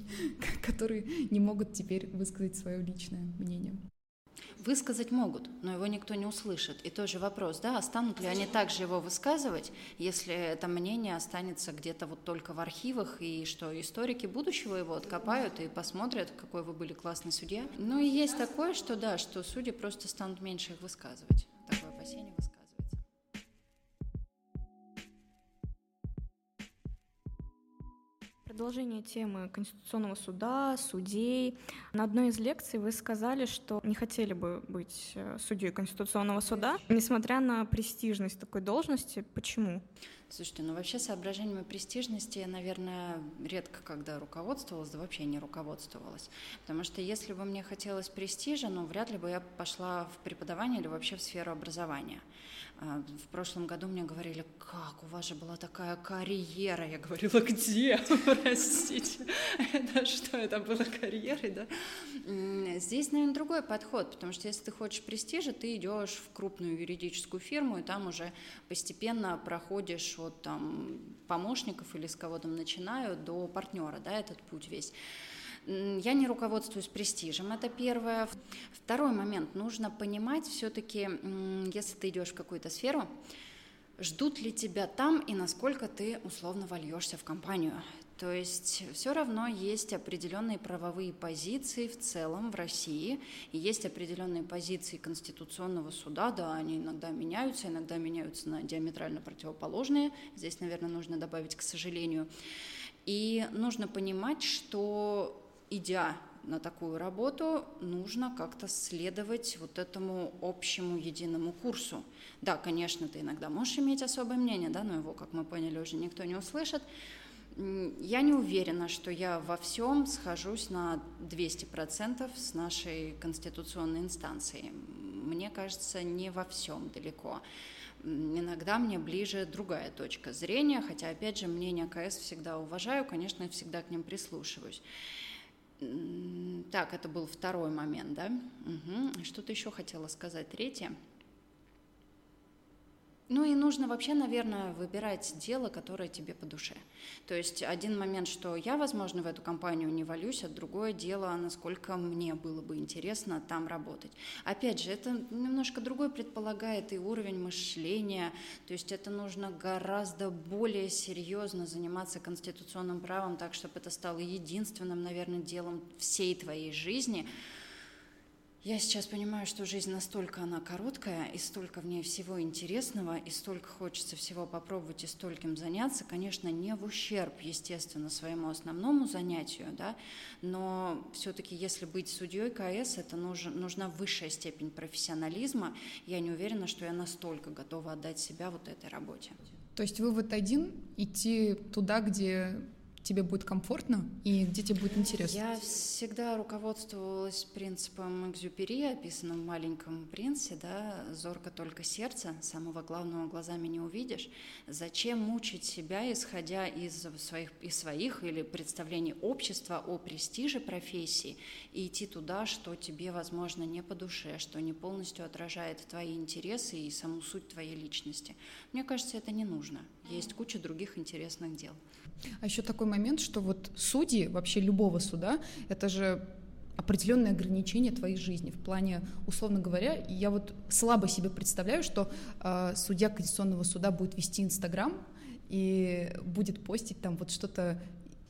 [SPEAKER 3] которые не могут теперь высказать свое личное мнение.
[SPEAKER 4] Высказать могут, но его никто не услышит. И тоже вопрос, да, станут ли они также его высказывать, если это мнение останется где-то вот только в архивах, и что историки будущего его откопают и посмотрят, какой вы были классный судья. Ну и есть такое, что да, что судьи просто станут меньше их высказывать. Такое опасение высказывается.
[SPEAKER 2] Продолжение темы Конституционного суда, судей. На одной из лекций вы сказали, что не хотели бы быть судьей Конституционного суда, несмотря на престижность такой должности. Почему?
[SPEAKER 4] Слушайте, вообще соображениями престижности я, наверное, редко когда руководствовалась, да вообще не руководствовалась. Потому что если бы мне хотелось престижа, вряд ли бы я пошла в преподавание или вообще в сферу образования. В прошлом году мне говорили, как, у вас же была такая карьера. Я говорила, где? Простите, что это было карьерой, да? Здесь, наверное, другой подход, потому что если ты хочешь престижа, ты идешь в крупную юридическую фирму, и там уже постепенно проходишь от помощников или с кого там начинаю до партнера, да, этот путь весь. Я не руководствуюсь престижем, это первое. Второй момент, нужно понимать все-таки, если ты идешь в какую-то сферу, ждут ли тебя там и насколько ты условно вольешься в компанию. То есть все равно есть определенные правовые позиции в целом в России, и есть определенные позиции Конституционного суда, да, они иногда меняются на диаметрально противоположные, здесь, наверное, нужно добавить, к сожалению. И нужно понимать, что, идя на такую работу, нужно как-то следовать вот этому общему единому курсу. Да, конечно, ты иногда можешь иметь особое мнение, да, но его, как мы поняли, уже никто не услышит. Я не уверена, что я во всем схожусь на 200% с нашей конституционной инстанцией. Мне кажется, не во всем далеко. Иногда мне ближе другая точка зрения, хотя, опять же, мнение КС всегда уважаю, конечно, всегда к ним прислушиваюсь. Так, это был второй момент, да? Угу. Что-то еще хотела сказать, третье. И нужно вообще, наверное, выбирать дело, которое тебе по душе. То есть один момент, что я, возможно, в эту компанию не валюсь, а другое дело, насколько мне было бы интересно там работать. Опять же, это немножко другой предполагает и уровень мышления, то есть это нужно гораздо более серьезно заниматься конституционным правом, так, чтобы это стало единственным, наверное, делом всей твоей жизни. Я сейчас понимаю, что жизнь настолько она короткая, и столько в ней всего интересного, и столько хочется всего попробовать и стольким заняться, конечно, не в ущерб, естественно, своему основному занятию, да, но все-таки, если быть судьей КС, это нужна высшая степень профессионализма. Я не уверена, что я настолько готова отдать себя вот этой работе.
[SPEAKER 3] То есть вывод один — идти туда, где тебе будет комфортно и где тебе будет интересно?
[SPEAKER 4] Я всегда руководствовалась принципом Экзюпери, описанным в «Маленьком принце», да, «Зорко только сердце, самого главного глазами не увидишь». Зачем мучить себя, исходя из своих или представлений общества о престиже профессии, и идти туда, что тебе, возможно, не по душе, что не полностью отражает твои интересы и саму суть твоей личности? Мне кажется, это не нужно. Есть куча других интересных дел.
[SPEAKER 3] А еще такой момент, что вот судьи, вообще любого суда, это же определенное ограничение твоей жизни. В плане, условно говоря, я вот слабо себе представляю, что судья Конституционного суда будет вести Инстаграм и будет постить там вот что-то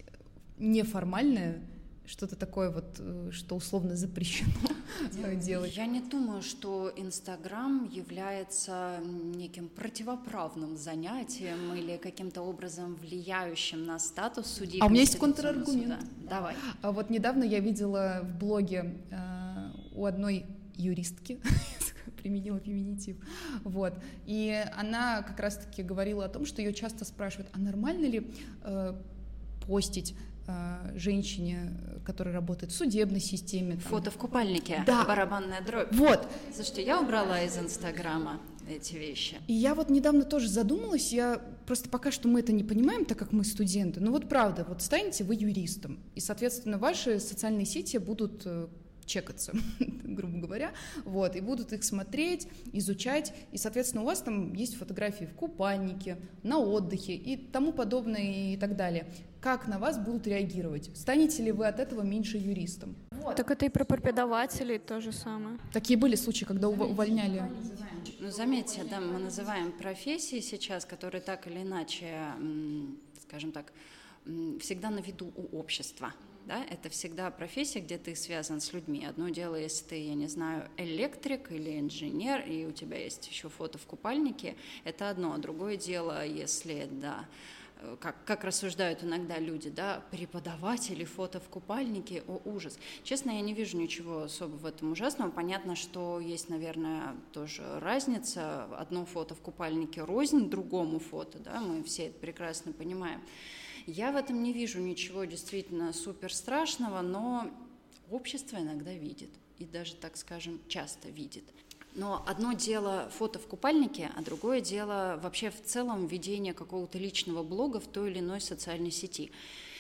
[SPEAKER 3] неформальное, что-то такое вот, что условно запрещено делать.
[SPEAKER 4] Я не думаю, что Инстаграм является неким противоправным занятием или каким-то образом влияющим на статус судей.
[SPEAKER 3] А у меня есть контраргумент.
[SPEAKER 4] Давай.
[SPEAKER 3] Вот недавно я видела в блоге у одной юристки, применила феминитив, вот, и она как раз-таки говорила о том, что ее часто спрашивают, а нормально ли постить женщине, которая работает в судебной системе. Там.
[SPEAKER 4] Фото в купальнике,
[SPEAKER 3] да.
[SPEAKER 4] Барабанная дробь.
[SPEAKER 3] Вот.
[SPEAKER 4] Слушайте, я убрала из Инстаграма эти вещи.
[SPEAKER 3] И я вот недавно тоже задумалась, я просто пока что мы это не понимаем, так как мы студенты, но вот правда, вот станете вы юристом, и, соответственно, ваши социальные сети будут чекаться, грубо говоря, вот, и будут их смотреть, изучать, и, соответственно, у вас там есть фотографии в купальнике, на отдыхе и тому подобное и так далее. Как на вас будут реагировать? Станете ли вы от этого меньше юристом?
[SPEAKER 2] Вот. Так это и про преподавателей то же самое.
[SPEAKER 3] Такие были случаи, когда увольняли?
[SPEAKER 4] Ну, заметьте, да, мы называем профессии сейчас, которые так или иначе, скажем так, всегда на виду у общества. Да? Это всегда профессия, где ты связан с людьми. Одно дело, если ты, я не знаю, электрик или инженер, и у тебя есть еще фото в купальнике, это одно. Другое дело, если, да, как рассуждают иногда люди, да, преподаватели, фото в купальнике, о, ужас. Честно, я не вижу ничего особо в этом ужасного. Понятно, что есть, наверное, тоже разница. Одно фото в купальнике рознь другому фото, да, мы все это прекрасно понимаем. Я в этом не вижу ничего действительно супер страшного, но общество иногда видит, и даже, так скажем, часто видит. Но одно дело фото в купальнике, а другое дело вообще в целом ведение какого-то личного блога в той или иной социальной сети.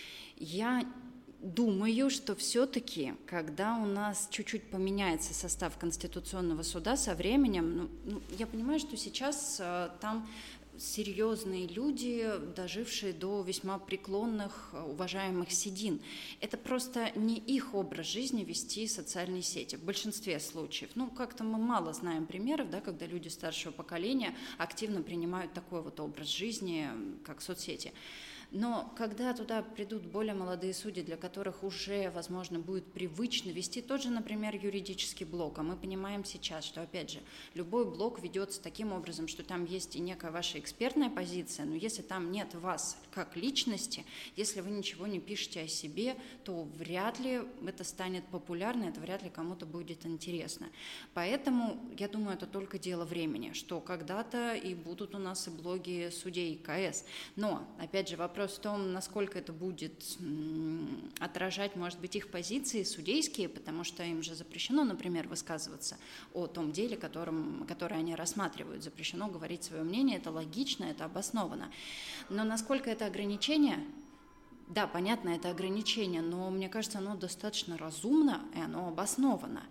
[SPEAKER 4] Я думаю, что все-таки, когда у нас чуть-чуть поменяется состав Конституционного суда со временем, я понимаю, что сейчас там серьезные люди, дожившие до весьма преклонных, уважаемых седин. Это просто не их образ жизни вести социальные сети в большинстве случаев. Как-то мы мало знаем примеров, да, когда люди старшего поколения активно принимают такой вот образ жизни, как соцсети. Но когда туда придут более молодые судьи, для которых уже, возможно, будет привычно вести тот же, например, юридический блог, а мы понимаем сейчас, что, опять же, любой блог ведется таким образом, что там есть и некая ваша экспертная позиция, но если там нет вас как личности, если вы ничего не пишете о себе, то вряд ли это станет популярно, это вряд ли кому-то будет интересно. Поэтому, я думаю, это только дело времени, что когда-то и будут у нас и блоги судей КС. Но, опять же, вопрос в том, насколько это будет отражать, может быть, их позиции судейские, потому что им же запрещено, например, высказываться о том деле, которое они рассматривают. Запрещено говорить свое мнение, это логично, это обосновано. Но насколько это ограничение? Да, понятно, это ограничение, но мне кажется, оно достаточно разумно и оно обосновано.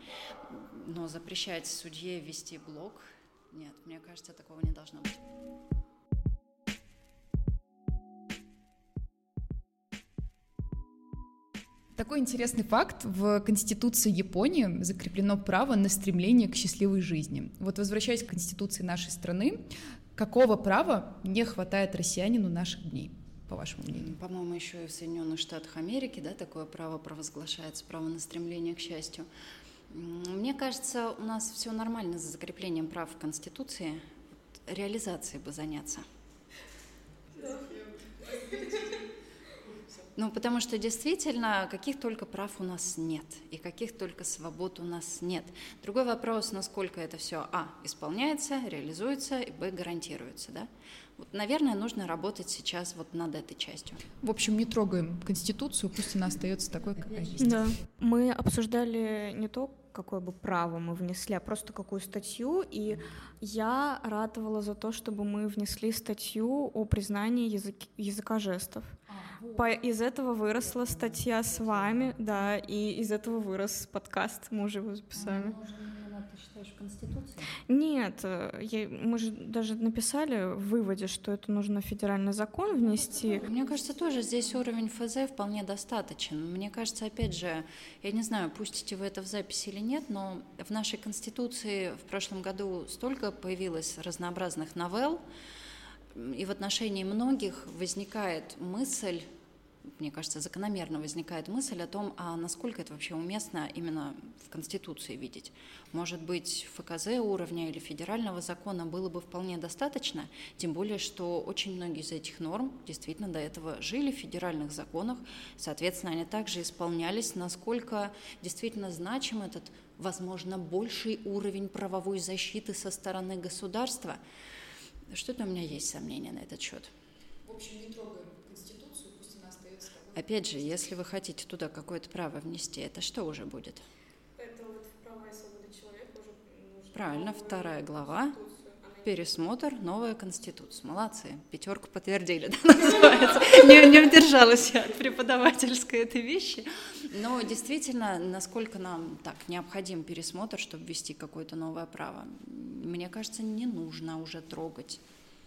[SPEAKER 4] Но запрещать судье вести блог? Нет, мне кажется, такого не должно быть.
[SPEAKER 3] Такой интересный факт. В Конституции Японии закреплено право на стремление к счастливой жизни. Вот возвращаясь к Конституции нашей страны, какого права не хватает россиянину наших дней, по вашему мнению?
[SPEAKER 4] По-моему, еще и в Соединенных Штатах Америки, да, такое право провозглашается, право на стремление к счастью. Мне кажется, у нас все нормально с закреплением прав в Конституции. Реализацией бы заняться. Ну, потому что действительно, каких только прав у нас нет, и каких только свобод у нас нет. Другой вопрос, насколько это все, исполняется, реализуется, и, гарантируется, да? Вот, наверное, нужно работать сейчас вот над этой частью.
[SPEAKER 3] В общем, не трогаем Конституцию, пусть она остается такой, какая есть.
[SPEAKER 2] Да. Мы обсуждали не то, какое бы право мы внесли, а просто какую статью, и я ратовала за то, чтобы мы внесли статью о признании языка жестов. Из этого выросла статья с вами, да, и из этого вырос подкаст, мы уже его записали.
[SPEAKER 4] Ты считаешь, в Конституции?
[SPEAKER 2] Нет, мы же даже написали в выводе, что это нужно в федеральный закон внести.
[SPEAKER 4] Мне кажется, тоже здесь уровень ФЗ вполне достаточен. Мне кажется, опять же, я не знаю, пустите вы это в запись или нет, но в нашей Конституции в прошлом году столько появилось разнообразных новелл, и в отношении многих возникает мысль, мне кажется, закономерно возникает мысль о том, а насколько это вообще уместно именно в Конституции видеть. Может быть, ФКЗ уровня или федерального закона было бы вполне достаточно, тем более, что очень многие из этих норм действительно до этого жили в федеральных законах, соответственно, они также исполнялись, насколько действительно значим этот, возможно, больший уровень правовой защиты со стороны государства. Что-то у меня есть сомнения на этот счет.
[SPEAKER 3] В общем, не трогаем Конституцию, пусть она остается такой.
[SPEAKER 4] Опять же, если вы хотите туда какое-то право внести, это что уже будет?
[SPEAKER 2] Это вот права и свободы человека уже нужно.
[SPEAKER 4] Правильно, 2 глава, пересмотр, новая Конституция. Молодцы, 5 подтвердили, да, называется. Не удержалась я от преподавательской этой вещи. Но действительно, насколько нам так необходим пересмотр, чтобы ввести какое-то новое право, мне кажется, не нужно уже трогать.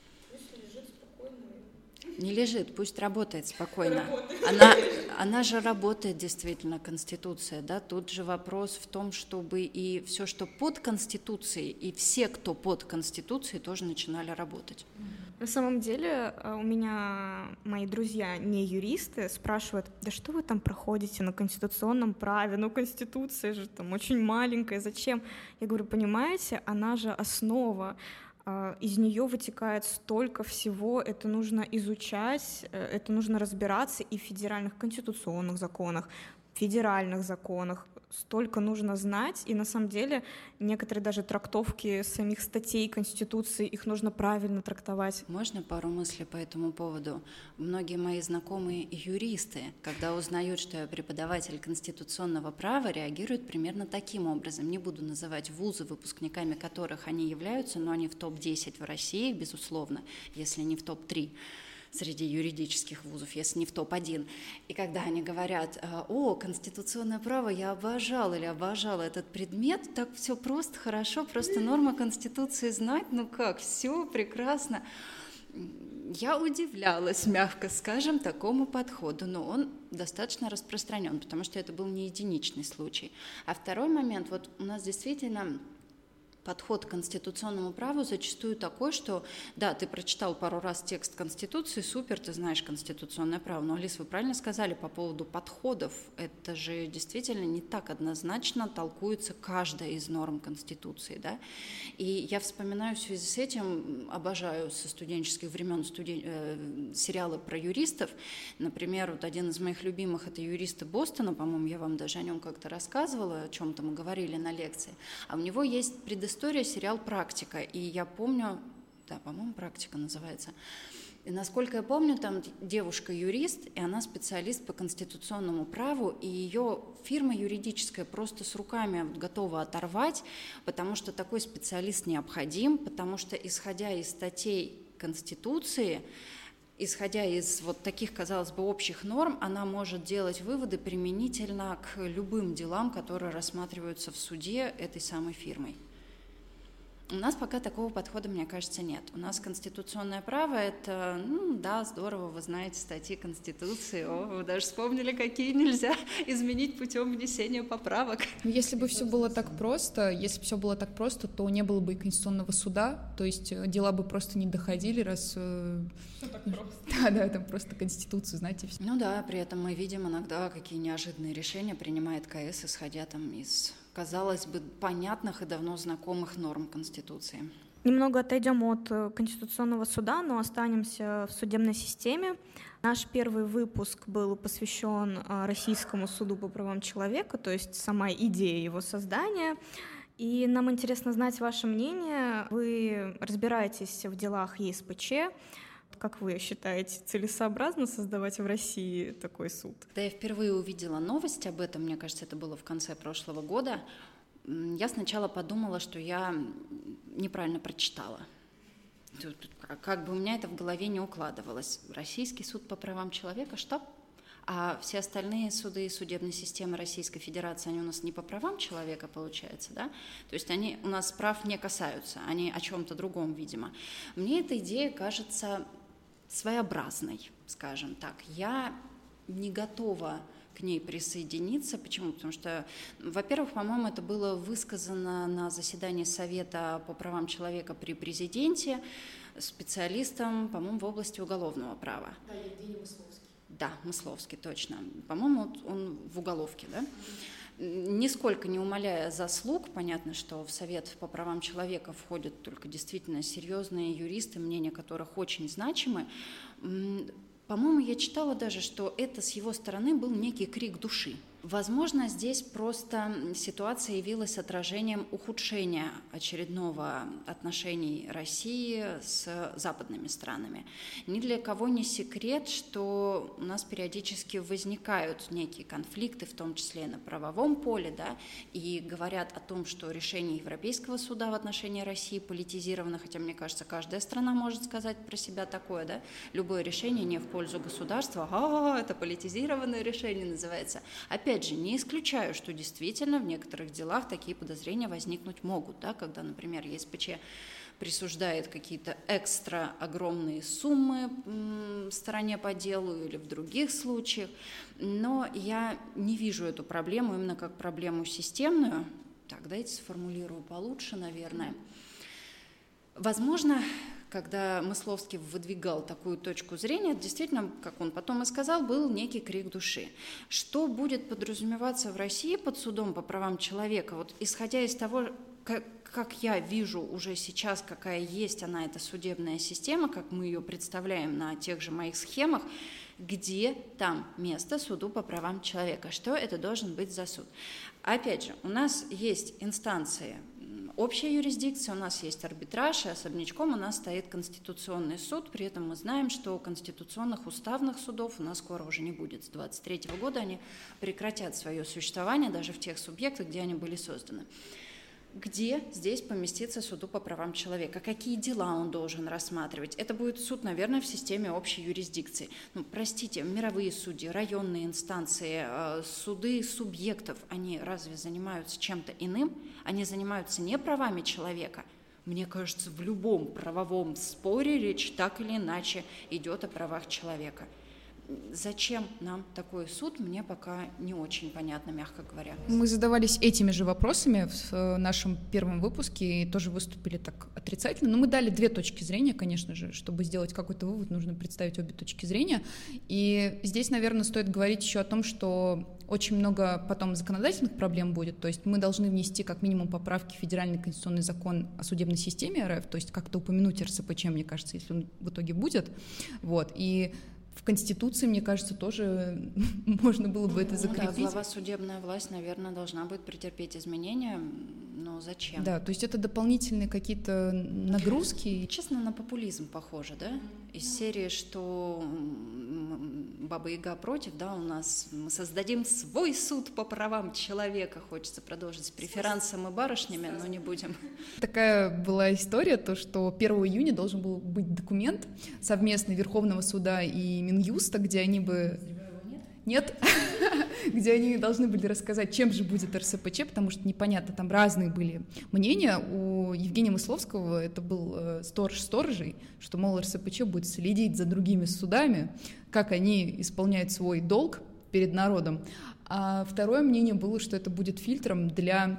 [SPEAKER 4] Не лежит, пусть работает спокойно. Она же работает действительно, Конституция, да? Тут же вопрос в том, чтобы и все, что под Конституцией, и все, кто под Конституцией, тоже начинали работать.
[SPEAKER 2] На самом деле у меня мои друзья, не юристы, спрашивают, да что вы там проходите на конституционном праве, ну Конституция же там очень маленькая, зачем? Я говорю, понимаете, она же основа, из нее вытекает столько всего, это нужно изучать, это нужно разбираться и в федеральных конституционных законах, федеральных законах, столько нужно знать, и на самом деле некоторые даже трактовки самих статей Конституции, их нужно правильно трактовать.
[SPEAKER 4] Можно пару мыслей по этому поводу? Многие мои знакомые юристы, когда узнают, что я преподаватель конституционного права, реагируют примерно таким образом. Не буду называть вузы, выпускниками которых они являются, но они в топ-10 в России, безусловно, если не в топ-3. Среди юридических вузов, если не в топ-1. И когда они говорят, конституционное право, я обожал или обожала этот предмет, так все просто, хорошо, просто норма Конституции знать, ну как, все прекрасно. Я удивлялась, мягко скажем, такому подходу, но он достаточно распространен, потому что это был не единичный случай. А второй момент, вот у нас действительно подход к конституционному праву зачастую такой, что, да, ты прочитал пару раз текст Конституции, супер, ты знаешь конституционное право. Но, Алис, вы правильно сказали по поводу подходов. Это же действительно не так однозначно толкуется каждая из норм Конституции, да. И я вспоминаю в связи с этим, обожаю со студенческих времен сериалы про юристов. Например, вот один из моих любимых — это «Юристы Бостона», по-моему, я вам даже о нем как-то рассказывала, о чем-то мы говорили на лекции. А у него есть предыстория, сериал «Практика». И я помню, да, по-моему, «Практика» называется. И, насколько я помню, там девушка-юрист, и она специалист по конституционному праву, и ее фирма юридическая просто с руками готова оторвать, потому что такой специалист необходим, потому что, исходя из статей Конституции, исходя из вот таких, казалось бы, общих норм, она может делать выводы применительно к любым делам, которые рассматриваются в суде этой самой фирмой. У нас пока такого подхода, мне кажется, нет. У нас конституционное право — это, да, здорово, вы знаете статьи Конституции, вы даже вспомнили, какие нельзя изменить путем внесения поправок.
[SPEAKER 3] Если бы все было так просто, то не было бы и Конституционного суда, то есть дела бы просто не доходили, раз...
[SPEAKER 2] Все так просто.
[SPEAKER 3] Да, там просто Конституцию, знаете. Все.
[SPEAKER 4] Ну да, при этом мы видим иногда, какие неожиданные решения принимает КС, исходя там из, казалось бы, понятных и давно знакомых норм Конституции.
[SPEAKER 2] Немного отойдем от Конституционного суда, но останемся в судебной системе. Наш первый выпуск был посвящен Российскому суду по правам человека, то есть сама идея его создания. И нам интересно знать ваше мнение. Вы разбираетесь в делах ЕСПЧ. Как вы считаете, целесообразно создавать в России такой суд?
[SPEAKER 4] Когда я впервые увидела новость об этом, мне кажется, это было в конце прошлого года, я сначала подумала, что я неправильно прочитала. Как бы у меня это в голове не укладывалось. Российский суд по правам человека, что? А все остальные суды и судебные системы Российской Федерации, они у нас не по правам человека, получается, да? То есть они у нас прав не касаются, они о чем-то другом, видимо. Мне эта идея кажется своеобразной, скажем так. Я не готова к ней присоединиться. Почему? Потому что, во-первых, по-моему, это было высказано на заседании Совета по правам человека при президенте специалистом, по-моему, в области уголовного права.
[SPEAKER 3] Да, Евгений Мысловский.
[SPEAKER 4] Да, Мысловский, точно. По-моему, он в уголовке, да? Нисколько не умаляя заслуг, понятно, что в Совет по правам человека входят только действительно серьезные юристы, мнения которых очень значимы. По-моему, я читала даже, что это с его стороны был некий крик души. Возможно, здесь просто ситуация явилась отражением ухудшения очередного отношений России с западными странами. Ни для кого не секрет, что у нас периодически возникают некие конфликты, в том числе и на правовом поле, да, и говорят о том, что решение Европейского суда в отношении России политизировано, хотя, мне кажется, каждая страна может сказать про себя такое, да, любое решение не в пользу государства, это политизированное решение называется. Опять же, не исключаю, что действительно в некоторых делах такие подозрения возникнуть могут, да, когда, например, ЕСПЧ присуждает какие-то экстра огромные суммы стороне по делу или в других случаях, но я не вижу эту проблему именно как проблему системную. Так, дайте сформулирую получше, наверное. Возможно, когда Мысловский выдвигал такую точку зрения, действительно, как он потом и сказал, был некий крик души. Что будет подразумеваться в России под судом по правам человека? Вот исходя из того, как я вижу уже сейчас, какая есть она, эта судебная система, как мы ее представляем на тех же моих схемах, где там место суду по правам человека? Что это должен быть за суд? Опять же, у нас есть инстанции общая юрисдикция, у нас есть арбитраж, и особнячком у нас стоит Конституционный суд. При этом мы знаем, что конституционных уставных судов у нас скоро уже не будет. С 2023 года они прекратят свое существование даже в тех субъектах, где они были созданы. Где здесь поместится суду по правам человека? Какие дела он должен рассматривать? Это будет суд, наверное, в системе общей юрисдикции. Простите, мировые судьи, районные инстанции, суды субъектов, они разве занимаются чем-то иным? Они занимаются не правами человека. Мне кажется, в любом правовом споре речь так или иначе идет о правах человека. Зачем нам такой суд, мне пока не очень понятно, мягко говоря.
[SPEAKER 3] Мы задавались этими же вопросами в нашем первом выпуске и тоже выступили так отрицательно. Но мы дали две точки зрения, конечно же. Чтобы сделать какой-то вывод, нужно представить обе точки зрения. И здесь, наверное, стоит говорить еще о том, что очень много потом законодательных проблем будет. То есть мы должны внести как минимум поправки в Федеральный конституционный закон о судебной системе РФ, то есть как-то упомянуть РСПЧ, мне кажется, если он в итоге будет. Вот. И в Конституции, мне кажется, тоже можно было бы это закрепить.
[SPEAKER 4] Да, глава судебная власть, наверное, должна будет претерпеть изменения, но зачем?
[SPEAKER 3] Да, то есть это дополнительные какие-то нагрузки.
[SPEAKER 4] Честно, на популизм похоже, да? Из серии, что Баба-Яга против, да, у нас мы создадим свой суд по правам человека. Хочется продолжить с преферансом и барышнями, но не будем.
[SPEAKER 3] Такая была история, то, что 1 июня должен был быть документ совместный Верховного суда и Минюста, где они бы... Нет, где они должны были рассказать, чем же будет РСПЧ, потому что непонятно, там разные были мнения. У Евгения Мысловского это был сторож сторожей, что, мол, РСПЧ будет следить за другими судами, как они исполняют свой долг перед народом. А второе мнение было, что это будет фильтром для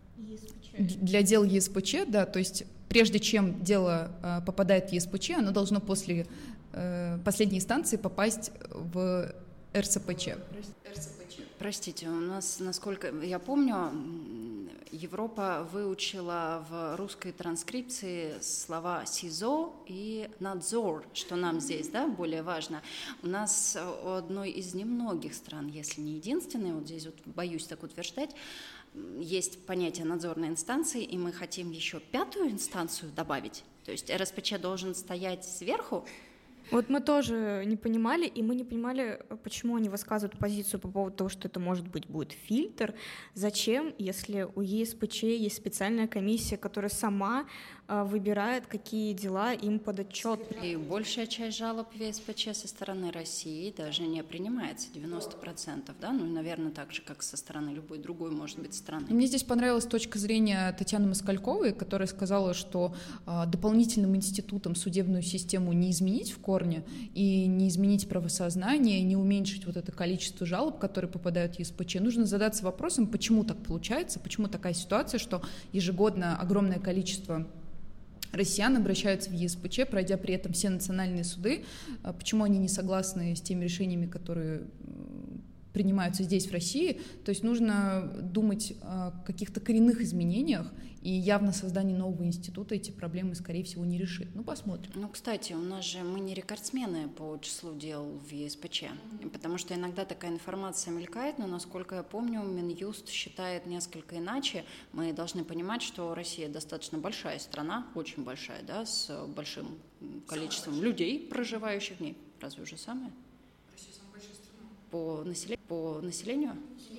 [SPEAKER 3] дел ЕСПЧ, да, то есть прежде чем дело попадает в ЕСПЧ, оно должно после последней инстанции попасть в РСПЧ.
[SPEAKER 4] Простите, у нас, насколько я помню, Европа выучила в русской транскрипции слова «СИЗО» и «надзор», что нам здесь, да, более важно. У нас у одной из немногих стран, если не единственной, вот здесь вот боюсь так утверждать, есть понятие надзорной инстанции, и мы хотим еще 5-ю инстанцию добавить. То есть РСПЧ должен стоять сверху.
[SPEAKER 2] Вот мы тоже не понимали, и мы не понимали, почему они высказывают позицию по поводу того, что это, может быть, будет фильтр. Зачем, если у ЕСПЧ есть специальная комиссия, которая сама выбирает, какие дела им подотчет.
[SPEAKER 4] И большая часть жалоб в ЕСПЧ со стороны России даже не принимается, 90%, да, ну, наверное, так же, как со стороны любой другой, может быть, страны.
[SPEAKER 3] Мне здесь понравилась точка зрения Татьяны Москальковой, которая сказала, что дополнительным институтом судебную систему не изменить в корне и не изменить правосознание, не уменьшить вот это количество жалоб, которые попадают в ЕСПЧ. Нужно задаться вопросом, почему так получается, почему такая ситуация, что ежегодно огромное количество россиян обращаются в ЕСПЧ, пройдя при этом все национальные суды. Почему они не согласны с теми решениями, которые принимаются здесь, в России? То есть нужно думать о каких-то коренных изменениях, и явно создание нового института эти проблемы, скорее всего, не решит. Ну, посмотрим.
[SPEAKER 4] Ну, кстати, у нас же мы не рекордсмены по числу дел в ЕСПЧ, потому что иногда такая информация мелькает, но, насколько я помню, Минюст считает несколько иначе. Мы должны понимать, что Россия достаточно большая страна, очень большая, да, с большим количеством людей, проживающих в ней. Разве уже самое?
[SPEAKER 3] Россия самая большая страна.
[SPEAKER 4] По населению?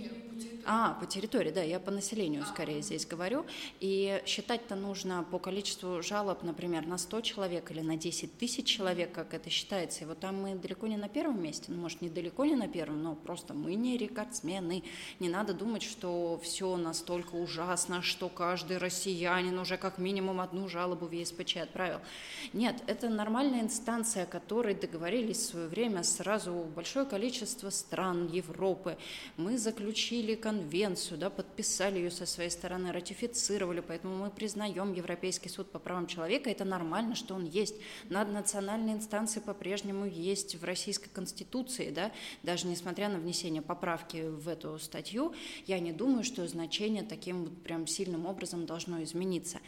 [SPEAKER 4] По территории, да, я по населению скорее здесь говорю. И считать-то нужно по количеству жалоб, например, на 100 человек или на 10 тысяч человек, как это считается. И вот там мы далеко не на первом месте, ну, может, не далеко не на первом, но просто мы не рекордсмены. Не надо думать, что все настолько ужасно, что каждый россиянин уже как минимум одну жалобу в ЕСПЧ отправил. Нет, это нормальная инстанция, о которой договорились в свое время сразу большое количество стран Европы. Мы заключили конвенцию, да, подписали ее со своей стороны, ратифицировали, поэтому мы признаем Европейский суд по правам человека. Это нормально, что он есть. Наднациональные инстанции по-прежнему есть в Российской Конституции, да, даже несмотря на внесение поправки в эту статью, я не думаю, что значение таким вот прям сильным образом должно измениться.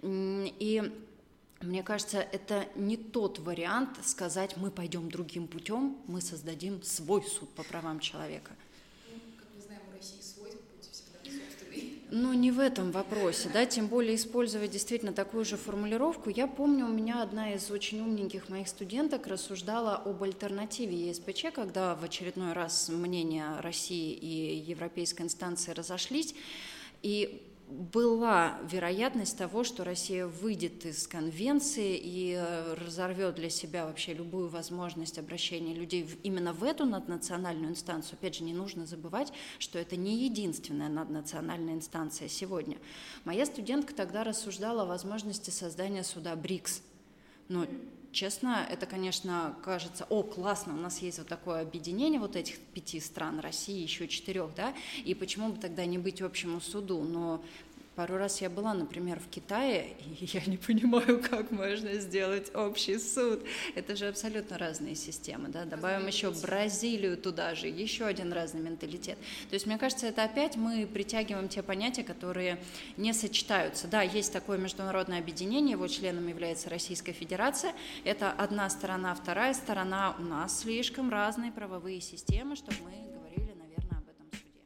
[SPEAKER 4] И мне кажется, это не тот вариант сказать, мы пойдем другим путем, мы создадим свой суд по правам человека. Ну, не в этом вопросе, да, тем более использовать действительно такую же формулировку. Я помню, у меня одна из очень умненьких моих студенток рассуждала об альтернативе ЕСПЧ, когда в очередной раз мнения России и европейской инстанции разошлись, и была вероятность того, что Россия выйдет из конвенции и разорвет для себя вообще любую возможность обращения людей именно в эту наднациональную инстанцию. Опять же, не нужно забывать, что это не единственная наднациональная инстанция сегодня. Моя студентка тогда рассуждала о возможности создания суда БРИКС. Но, честно, это, конечно, кажется, классно, у нас есть вот такое объединение вот этих 5 стран, России, еще 4, да, и почему бы тогда не быть общему суду, но пару раз я была, например, в Китае, и я не понимаю, как можно сделать общий суд. Это же абсолютно разные системы, да? Добавим еще Бразилию туда же, еще один разный менталитет. То есть, мне кажется, это опять мы притягиваем те понятия, которые не сочетаются. Да, есть такое международное объединение, его членом является Российская Федерация. Это одна сторона, вторая сторона. У нас слишком разные правовые системы, чтобы мы говорили, наверное, об этом суде.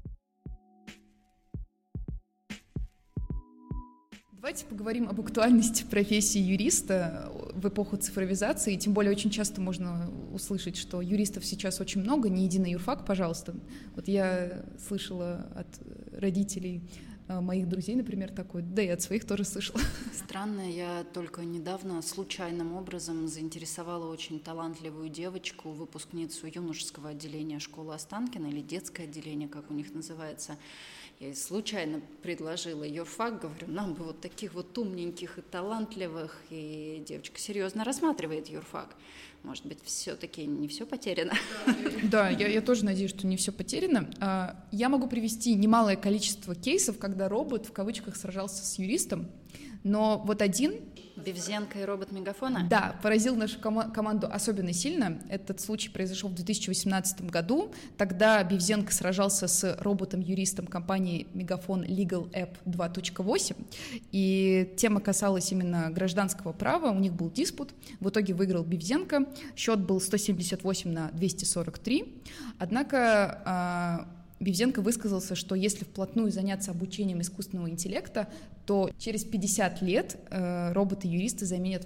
[SPEAKER 3] Давайте поговорим об актуальности профессии юриста в эпоху цифровизации. Тем более очень часто можно услышать, что юристов сейчас очень много, не единый юрфак, пожалуйста. Вот я слышала от родителей моих друзей, например, такой, да и от своих тоже слышала.
[SPEAKER 4] Странно, я только недавно случайным образом заинтересовала очень талантливую девочку, выпускницу юношеского отделения школы Останкино, или детское отделение, как у них называется. Я ей случайно предложила юрфак, говорю, нам бы вот таких вот умненьких и талантливых, и девочка серьезно рассматривает юрфак. Может быть, все-таки не все потеряно?
[SPEAKER 3] Да, я тоже надеюсь, что не все потеряно. Я могу привести немалое количество кейсов, когда робот, в кавычках, сражался с юристом. Но вот один...
[SPEAKER 4] Бевзенко и робот Мегафона?
[SPEAKER 3] Да, поразил нашу команду особенно сильно. Этот случай произошел в 2018 году. Тогда Бевзенко сражался с роботом-юристом компании Мегафон Legal App 2.8, и тема касалась именно гражданского права, у них был диспут, в итоге выиграл Бевзенко, счет был 178-243, однако Бевзенко высказался, что если вплотную заняться обучением искусственного интеллекта, то через 50 лет роботы-юристы заменят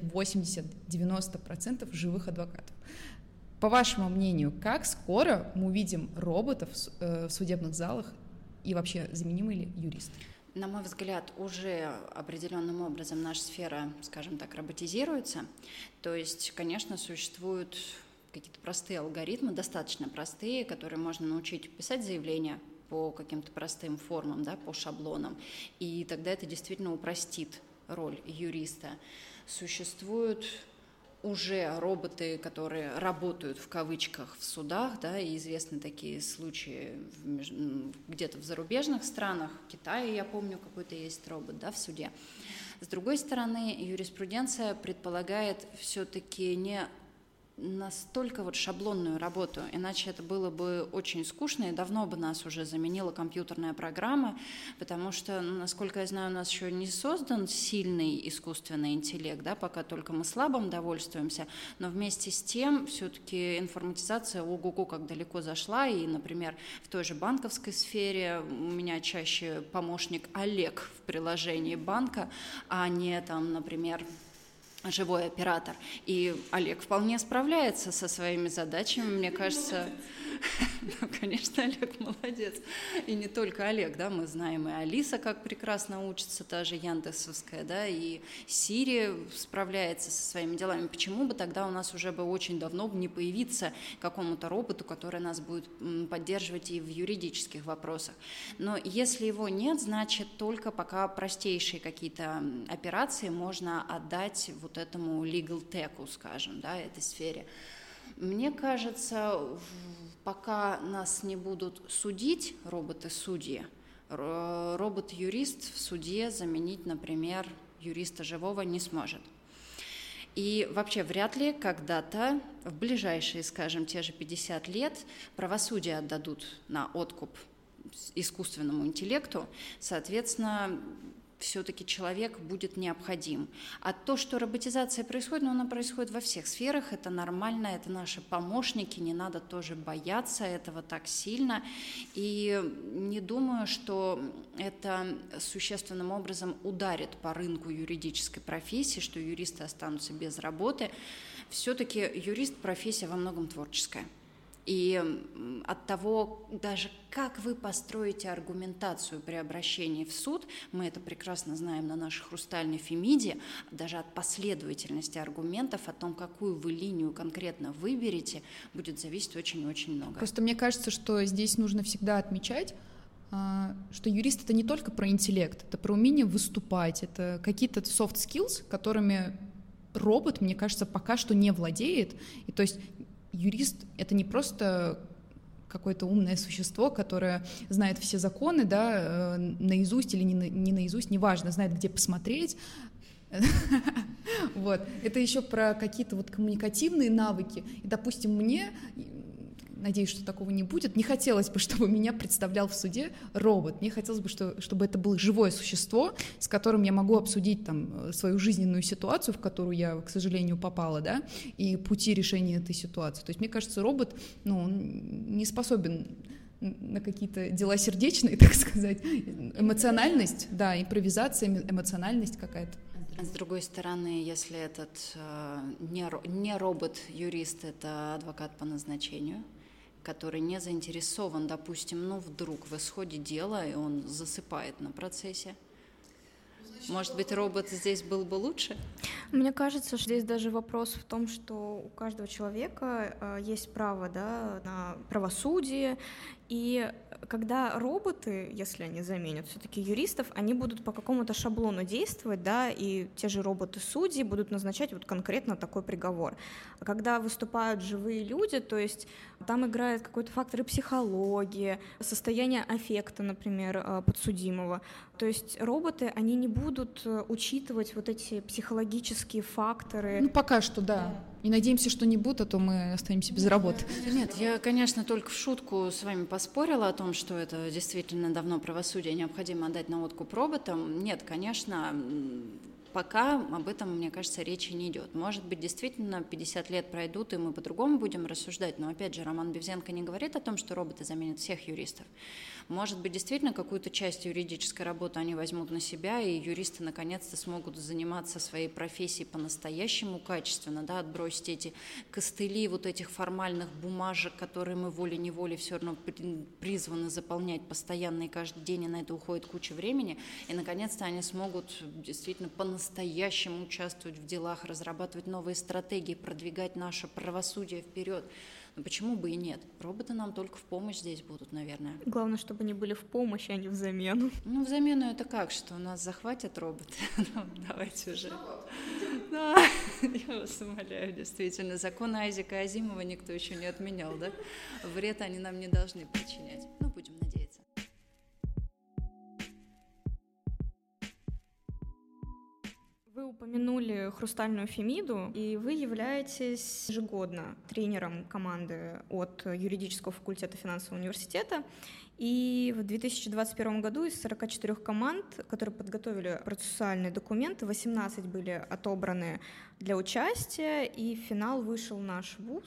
[SPEAKER 3] 80-90% живых адвокатов. По вашему мнению, как скоро мы увидим роботов в судебных залах и вообще заменимы ли юристы?
[SPEAKER 4] На мой взгляд, уже определенным образом наша сфера, скажем так, роботизируется. То есть, конечно, существуют какие-то простые алгоритмы, достаточно простые, которые можно научить писать заявления по каким-то простым формам, да, по шаблонам, и тогда это действительно упростит роль юриста. Существуют уже роботы, которые работают в кавычках в судах, да, и известны такие случаи где-то в зарубежных странах, в Китае, я помню, какой-то есть робот, да, в суде. С другой стороны, юриспруденция предполагает все-таки не настолько вот шаблонную работу, иначе это было бы очень скучно, и давно бы нас уже заменила компьютерная программа, потому что, насколько я знаю, у нас еще не создан сильный искусственный интеллект, да, пока только мы слабым довольствуемся, но вместе с тем все-таки информатизация ого-го как далеко зашла, и, например, в той же банковской сфере у меня чаще помощник Олег в приложении банка, а не там, например, живой оператор. И Олег вполне справляется со своими задачами, мне кажется. Ну, конечно, Олег молодец. И не только Олег, да, мы знаем и Алиса, как прекрасно учится, та же яндексовская, да, и Сири справляется со своими делами. Почему бы тогда у нас уже бы очень давно не появиться какому-то роботу, который нас будет поддерживать и в юридических вопросах? Но если его нет, значит, только пока простейшие какие-то операции можно отдать вот этому legal tech, скажем, да, этой сфере. Мне кажется, пока нас не будут судить роботы-судьи, робот-юрист в суде заменить, например, юриста живого не сможет. И вообще вряд ли когда-то, в ближайшие, скажем, те же 50 лет, правосудие отдадут на откуп искусственному интеллекту, соответственно, все-таки человек будет необходим. А то, что роботизация происходит, она происходит во всех сферах, это нормально, это наши помощники, не надо тоже бояться этого так сильно. И не думаю, что это существенным образом ударит по рынку юридической профессии, что юристы останутся без работы. Все-таки юрист – профессия во многом творческая. И от того, даже как вы построите аргументацию при обращении в суд, мы это прекрасно знаем на нашей хрустальной Фемиде, даже от последовательности аргументов, о том, какую вы линию конкретно выберете, будет зависеть очень-очень много.
[SPEAKER 3] Просто мне кажется, что здесь нужно всегда отмечать, что юрист — это не только про интеллект, это про умение выступать, это какие-то soft skills, которыми робот, мне кажется, пока что не владеет. И то есть юрист — это не просто какое-то умное существо, которое знает все законы, да, наизусть или не наизусть, неважно, знает, где посмотреть. Вот. Это еще про какие-то вот коммуникативные навыки. И, допустим, мне, надеюсь, что такого не будет, не хотелось бы, чтобы меня представлял в суде робот. Мне хотелось бы, чтобы это было живое существо, с которым я могу обсудить там свою жизненную ситуацию, в которую я, к сожалению, попала, да, и пути решения этой ситуации. То есть, мне кажется, робот, не способен на какие-то дела сердечные, так сказать, эмоциональность, да, импровизация, эмоциональность какая-то.
[SPEAKER 4] С другой стороны, если этот не робот-юрист, это адвокат по назначению, который не заинтересован, допустим, вдруг в исходе дела, и он засыпает на процессе. Может быть, робот здесь был бы лучше?
[SPEAKER 2] Мне кажется, что здесь даже вопрос в том, что у каждого человека есть право, да, на правосудие, и когда роботы, если они заменят все-таки юристов, они будут по какому-то шаблону действовать, да, и те же роботы-судьи будут назначать вот конкретно такой приговор. А когда выступают живые люди, то есть там играет какой-то фактор и психологии, состояние аффекта, например, подсудимого. То есть роботы, они не будут будут учитывать вот эти психологические факторы?
[SPEAKER 3] Ну, пока что, да. И надеемся, что не будут, а то мы останемся без работы.
[SPEAKER 4] Нет, я, конечно, только в шутку с вами поспорила о том, что это действительно давно правосудие необходимо отдать на откуп роботам. Нет, конечно, пока об этом, мне кажется, речи не идет. Может быть, действительно, 50 лет пройдут, и мы по-другому будем рассуждать, но, опять же, Роман Бевзенко не говорит о том, что роботы заменят всех юристов. Может быть, действительно, какую-то часть юридической работы они возьмут на себя, и юристы наконец-то смогут заниматься своей профессией по-настоящему качественно, да, отбросить эти костыли вот этих формальных бумажек, которые мы волей-неволей все равно призваны заполнять постоянно и каждый день, и на это уходит куча времени, и наконец-то они смогут действительно по-настоящему участвовать в делах, разрабатывать новые стратегии, продвигать наше правосудие вперед. Но почему бы и нет? Роботы нам только в помощь здесь будут, наверное.
[SPEAKER 2] Главное, чтобы они были в помощь, а не в замену.
[SPEAKER 4] Ну, в замену это как, что нас захватят роботы? Ну, давайте уже. Да, я вас умоляю, действительно. Законы Айзека Азимова никто еще не отменял, да? Вред они нам не должны причинять. Ну, будем надеяться.
[SPEAKER 2] Вы упомянули «Хрустальную Фемиду», и вы являетесь ежегодно тренером команды от юридического факультета финансового университета. И в 2021 году из 44 команд, которые подготовили процессуальные документы, 18 были отобраны для участия, и в финал вышел наш вуз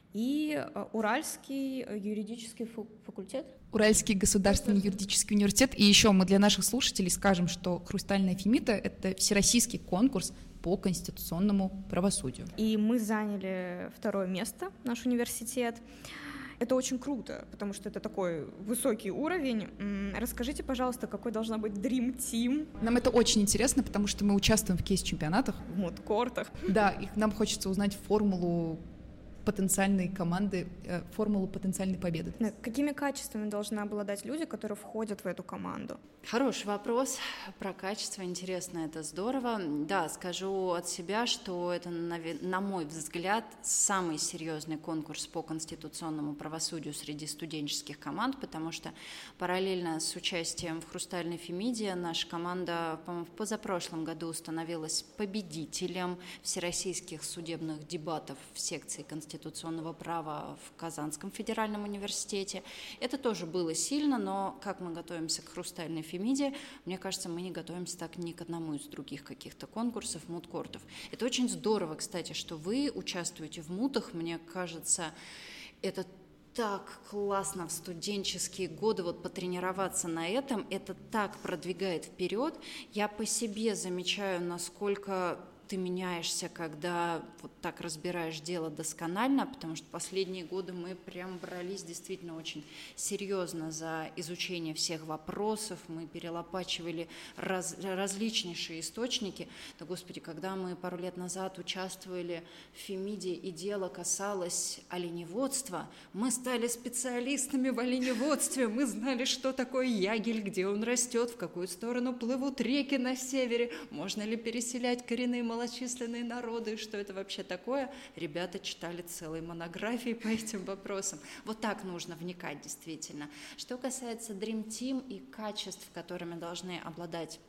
[SPEAKER 2] и Уральский юридический факультет.
[SPEAKER 3] Уральский государственный юридический университет. И еще мы для наших слушателей скажем, что «Хрустальная Фемида» — это всероссийский конкурс по конституционному правосудию.
[SPEAKER 2] И мы заняли 2 место, наш университет. Это очень круто, потому что это такой высокий уровень. Расскажите, пожалуйста, какой должна быть Dream Team?
[SPEAKER 3] Нам это очень интересно, потому что мы участвуем в кейс-чемпионатах.
[SPEAKER 2] В мудкортах.
[SPEAKER 3] Да, и нам хочется узнать формулу потенциальной команды, формулу потенциальной победы.
[SPEAKER 2] Какими качествами должны обладать люди, которые входят в эту команду?
[SPEAKER 4] Хороший вопрос. Про качество интересно, это здорово. Да, скажу от себя, что это, на мой взгляд, самый серьезный конкурс по конституционному правосудию среди студенческих команд, потому что параллельно с участием в «Хрустальной Фемиде» наша команда, по-моему, в позапрошлом году становилась победителем всероссийских судебных дебатов в секции конституционного права в Казанском федеральном университете. Это тоже было сильно, но как мы готовимся к «Хрустальной Фемиде», мне кажется, мы не готовимся так ни к одному из других каких-то конкурсов, мудкортов. Это очень здорово, кстати, что вы участвуете в мутах. Мне кажется, это так классно в студенческие годы вот потренироваться на этом. Это так продвигает вперед. Я по себе замечаю, насколько ты меняешься, когда вот так разбираешь дело досконально, потому что последние годы мы прям брались действительно очень серьезно за изучение всех вопросов, мы перелопачивали различнейшие источники. Да, Господи, когда мы пару лет назад участвовали в Фемиде, и дело касалось оленеводства, мы стали специалистами в оленеводстве, мы знали, что такое ягель, где он растет, в какую сторону плывут реки на севере, можно ли переселять коренные малочисленные народы, что это вообще такое. Ребята читали целые монографии по этим вопросам. Вот так нужно вникать действительно. Что касается Dream Team и качеств, которыми должны обладать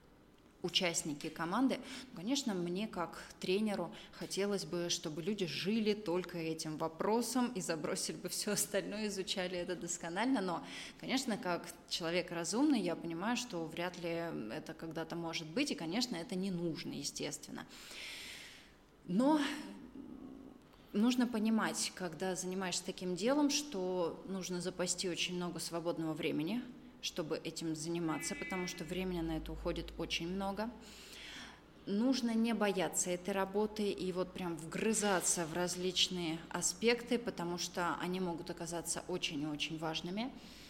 [SPEAKER 4] участники команды, конечно, мне как тренеру хотелось бы, чтобы люди жили только этим вопросом и забросили бы все остальное, изучали это досконально, но, конечно, как человек разумный, я понимаю, что вряд ли это когда-то может быть, и, конечно, это не нужно, естественно. Но нужно понимать, когда занимаешься таким делом, что нужно запасти очень много свободного времени, чтобы этим заниматься, потому что времени на это уходит очень много. Нужно не бояться этой работы и вот прям вгрызаться в различные аспекты, потому что они могут оказаться очень и очень важными.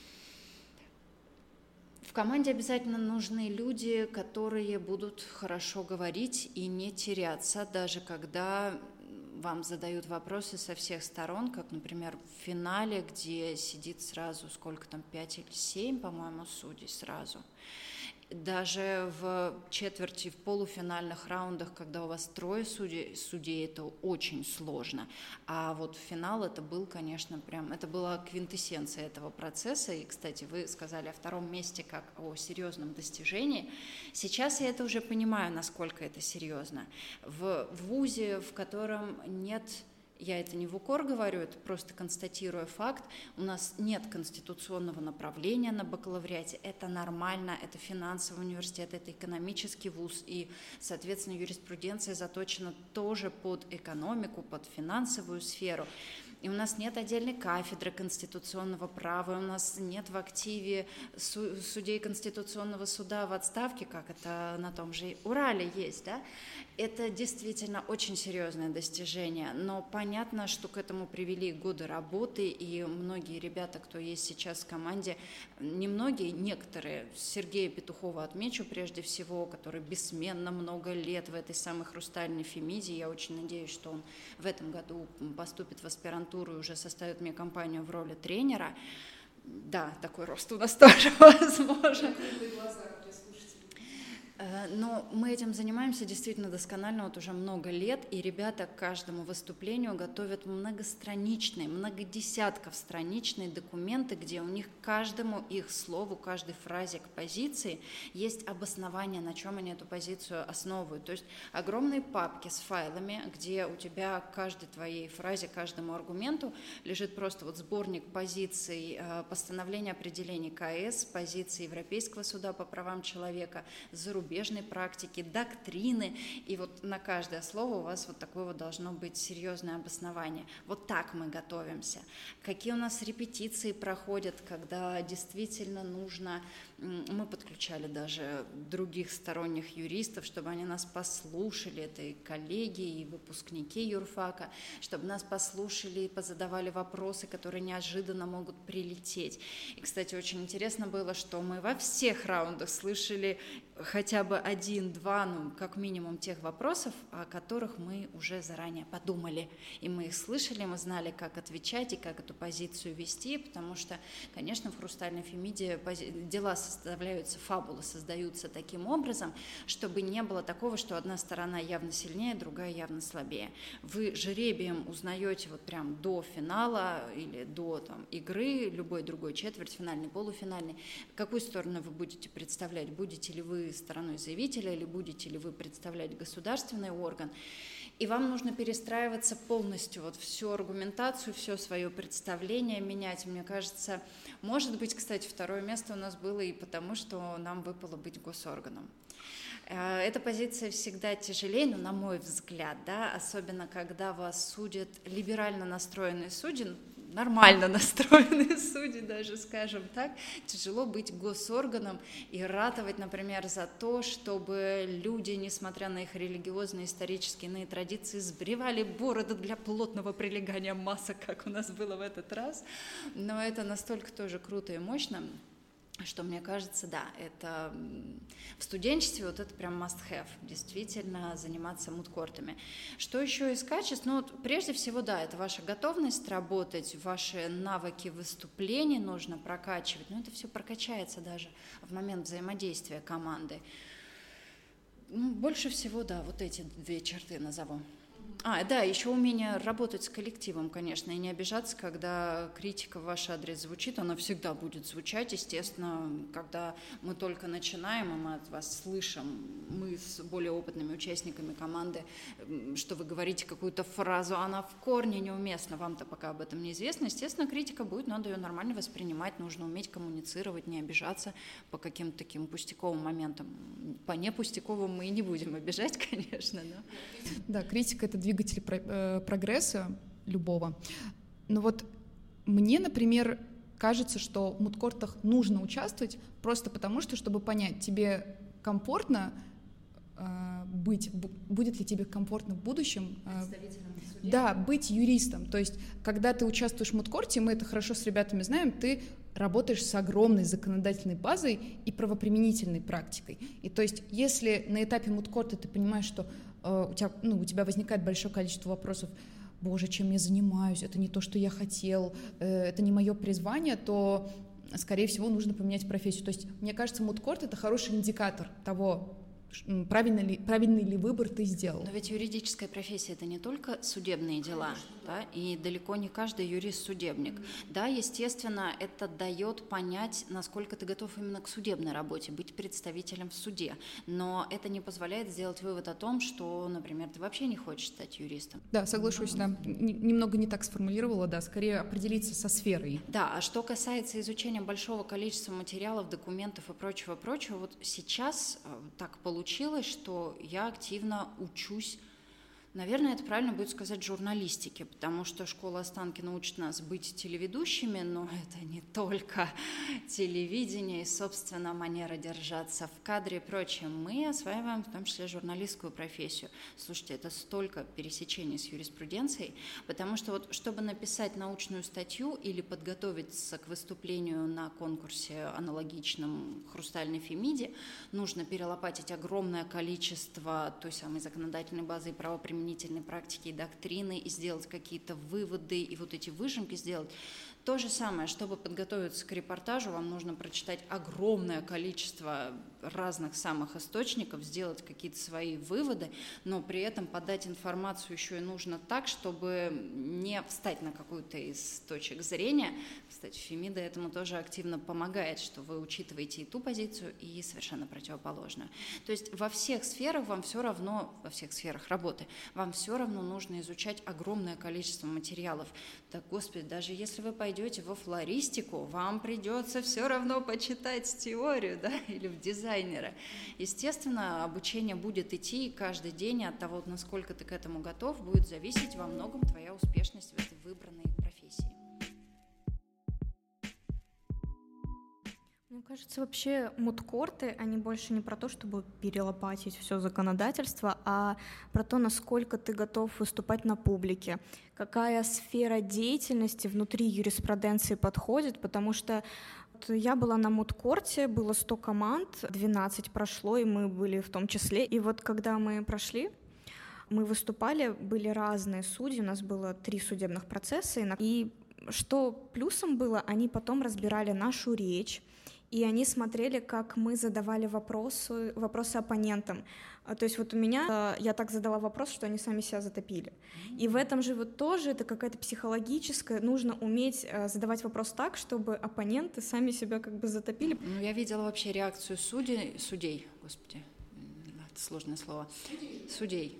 [SPEAKER 4] В команде обязательно нужны люди, которые будут хорошо говорить и не теряться, даже когда вам задают вопросы со всех сторон, как, например, в финале, где сидит сразу, сколько там, 5 или 7, по-моему, судей сразу. Даже в четверти, в полуфинальных раундах, когда у вас 3 судей, это очень сложно. А вот финал это был, конечно, это была квинтэссенция этого процесса. И, кстати, вы сказали о 2-м месте как о серьезном достижении. Сейчас я это уже понимаю, насколько это серьезно. В вузе, в котором нет... Я это не в укор говорю, это просто констатируя факт. У нас нет конституционного направления на бакалавриате. Это нормально, это финансовый университет, это экономический вуз. И, соответственно, юриспруденция заточена тоже под экономику, под финансовую сферу. И у нас нет отдельной кафедры конституционного права, у нас нет в активе судей Конституционного суда в отставке, как это на том же Урале есть, да? Это действительно очень серьезное достижение, но понятно, что к этому привели годы работы, и многие ребята, кто есть сейчас в команде, немногие, некоторые, Сергея Петухова отмечу прежде всего, который бессменно много лет в этой самой хрустальной Фемиде, я очень надеюсь, что он в этом году поступит в аспирантуру и уже составит мне компанию в роли тренера. Да, такой рост у нас тоже возможен. Но мы этим занимаемся действительно досконально вот уже много лет, и ребята к каждому выступлению готовят многостраничные, многодесятков-страничные документы, где у них каждому их слову, каждой фразе к позиции есть обоснование, на чем они эту позицию основывают. То есть огромные папки с файлами, где у тебя к каждой твоей фразе, каждому аргументу лежит просто вот сборник позиций, постановления определений КС, позиций Европейского суда по правам человека, зарубежной практики, доктрины, и вот на каждое слово у вас вот такое вот должно быть серьезное обоснование. Вот так мы готовимся. Какие у нас репетиции проходят, когда действительно нужно... Мы подключали даже других сторонних юристов, чтобы они нас послушали, это и коллеги, и выпускники юрфака, чтобы нас послушали и позадавали вопросы, которые неожиданно могут прилететь. И, кстати, очень интересно было, что мы во всех раундах слышали хотя бы 1-2, ну, как минимум тех вопросов, о которых мы уже заранее подумали. И мы их слышали, мы знали, как отвечать и как эту позицию вести, потому что, конечно, в «Хрустальной Фемиде» дела составляются, фабулы создаются таким образом, чтобы не было такого, что одна сторона явно сильнее, другая явно слабее. Вы жребием узнаете вот прям до финала или до там, игры, любой другой четвертьфинальный, полуфинальный, какую сторону вы будете представлять, будете ли вы стороной заявителя или будете ли вы представлять государственный орган. И вам нужно перестраиваться полностью, вот всю аргументацию, все свое представление менять. Мне кажется, может быть, кстати, 2-е место у нас было и потому, что нам выпало быть госорганом. Эта позиция всегда тяжелее, но на мой взгляд, да, особенно когда вас судят либерально настроенные судьи, нормально настроенные судьи, даже скажем так, тяжело быть госорганом и ратовать, например, за то, чтобы люди, несмотря на их религиозные, исторические, иные традиции, сбривали бороды для плотного прилегания масок, как у нас было в этот раз. Но это настолько тоже круто и мощно, что, мне кажется, да, это в студенчестве вот это прям must-have, действительно заниматься мудкортами. Что еще из качеств? Ну, прежде всего, да, это ваша готовность работать, ваши навыки выступлений нужно прокачивать, но это все прокачается даже в момент взаимодействия команды. Ну, больше всего, да, вот эти 2 черты назову. Да, еще умение работать с коллективом, конечно, и не обижаться, когда критика в ваш адрес звучит, она всегда будет звучать, естественно, когда мы только начинаем, и мы от вас слышим, мы с более опытными участниками команды, что вы говорите какую-то фразу, она в корне неуместна, вам-то пока об этом неизвестно, естественно, критика будет, надо ее нормально воспринимать, нужно уметь коммуницировать, не обижаться по каким-то таким пустяковым моментам. По непустяковым мы и не будем обижать, конечно, но...
[SPEAKER 3] Да, критика — это двигатель прогресса любого. Но вот мне, например, кажется, что в мудкортах нужно участвовать просто потому, что, чтобы понять, тебе комфортно быть, будет ли тебе комфортно в будущем да, быть юристом. То есть, когда ты участвуешь в мудкорте, мы это хорошо с ребятами знаем, ты работаешь с огромной законодательной базой и правоприменительной практикой. И то есть, если на этапе мудкорта ты понимаешь, что у тебя возникает большое количество вопросов, боже, чем я занимаюсь, это не то, что я хотел, это не мое призвание, то скорее всего, нужно поменять профессию. То есть, мне кажется, мудкорт — это хороший индикатор того, правильный ли выбор ты сделал.
[SPEAKER 4] Но ведь юридическая профессия — это не только судебные дела, да, и далеко не каждый юрист судебник. Да, естественно, это дает понять, насколько ты готов именно к судебной работе, быть представителем в суде. Но это не позволяет сделать вывод о том, что, например, ты вообще не хочешь стать юристом.
[SPEAKER 3] Да, соглашусь, да. Немного не так сформулировала, да, скорее определиться со сферой.
[SPEAKER 4] Да, а что касается изучения большого количества материалов, документов и прочего, вот сейчас так получилось, что я активно учусь. Наверное, это правильно будет сказать журналистике, потому что школа Останкино учит нас быть телеведущими, но это не только телевидение и, собственно, манера держаться в кадре и прочее. Мы осваиваем в том числе журналистскую профессию. Слушайте, это столько пересечений с юриспруденцией, потому что вот, чтобы написать научную статью или подготовиться к выступлению на конкурсе аналогичном «Хрустальной Фемиде», нужно перелопатить огромное количество той самой законодательной базы и правоприменительной практики и доктрины, и сделать какие-то выводы, и вот эти выжимки сделать. То же самое, чтобы подготовиться к репортажу, вам нужно прочитать огромное количество разных самых источников, сделать какие-то свои выводы, но при этом подать информацию еще и нужно так, чтобы не встать на какую-то из точек зрения. Кстати, Фемида этому тоже активно помогает, что вы учитываете и ту позицию, и совершенно противоположную. То есть во всех сферах вам все равно, во всех сферах работы, вам все равно нужно изучать огромное количество материалов. Так, господи, даже если вы пойдете во флористику, вам придется все равно почитать теорию, да, или в дизайнера. Естественно, обучение будет идти каждый день, и от того, насколько ты к этому готов, будет зависеть во многом твоя успешность в этой выбранной профессии.
[SPEAKER 2] Мне кажется, вообще мудкорты, они больше не про то, чтобы перелопатить все законодательство, а про то, насколько ты готов выступать на публике, какая сфера деятельности внутри юриспруденции подходит, потому что я была на мудкорте, было 100 команд, 12 прошло, и мы были в том числе. И вот когда мы прошли, мы выступали, были разные судьи, у нас было 3 судебных процесса, и что плюсом было, они потом разбирали нашу речь, и они смотрели, как мы задавали вопросы оппонентам. То есть вот у меня, я так задала вопрос, что они сами себя затопили. И в этом же вот тоже это какая-то психологическая, нужно уметь задавать вопрос так, чтобы оппоненты сами себя как бы затопили.
[SPEAKER 4] Ну, я видела вообще реакцию судей, господи, это сложное слово, судей.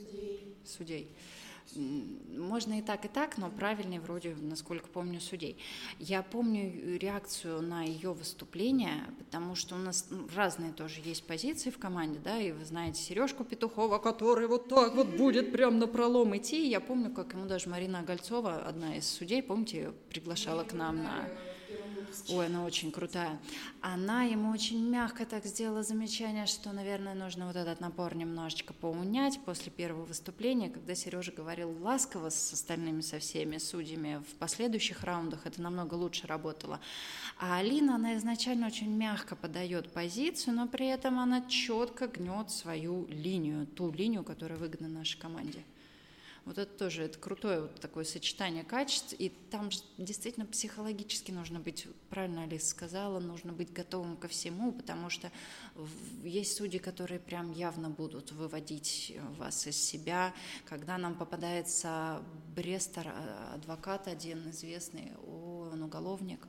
[SPEAKER 4] Можно и так, но правильнее вроде, насколько помню, судей. Я помню реакцию на ее выступление, потому что у нас разные тоже есть позиции в команде, да, и вы знаете Сережку Петухова, который вот так вот будет прям напролом идти. И я помню, как ему даже Марина Огольцова, одна из судей, помните, ее приглашала к нам на... Ой, она очень крутая. Она ему очень мягко так сделала замечание, что, наверное, нужно вот этот напор немножечко поунять после первого выступления. Когда Сережа говорил ласково с остальными, со всеми судьями, в последующих раундах это намного лучше работало. А Алина, она изначально очень мягко подает позицию, но при этом она четко гнет свою линию, ту линию, которая выгодна нашей команде. Вот это тоже, это крутое вот такое сочетание качеств, и там же действительно психологически нужно быть, правильно Алиса сказала, нужно быть готовым ко всему, потому что есть судьи, которые прям явно будут выводить вас из себя. Когда нам попадается Брестер, адвокат один известный, он уголовник,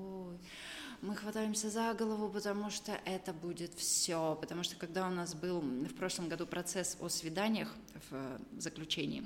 [SPEAKER 4] мы хватаемся за голову, потому что это будет все. Потому что когда у нас был в прошлом году процесс о свиданиях в заключении,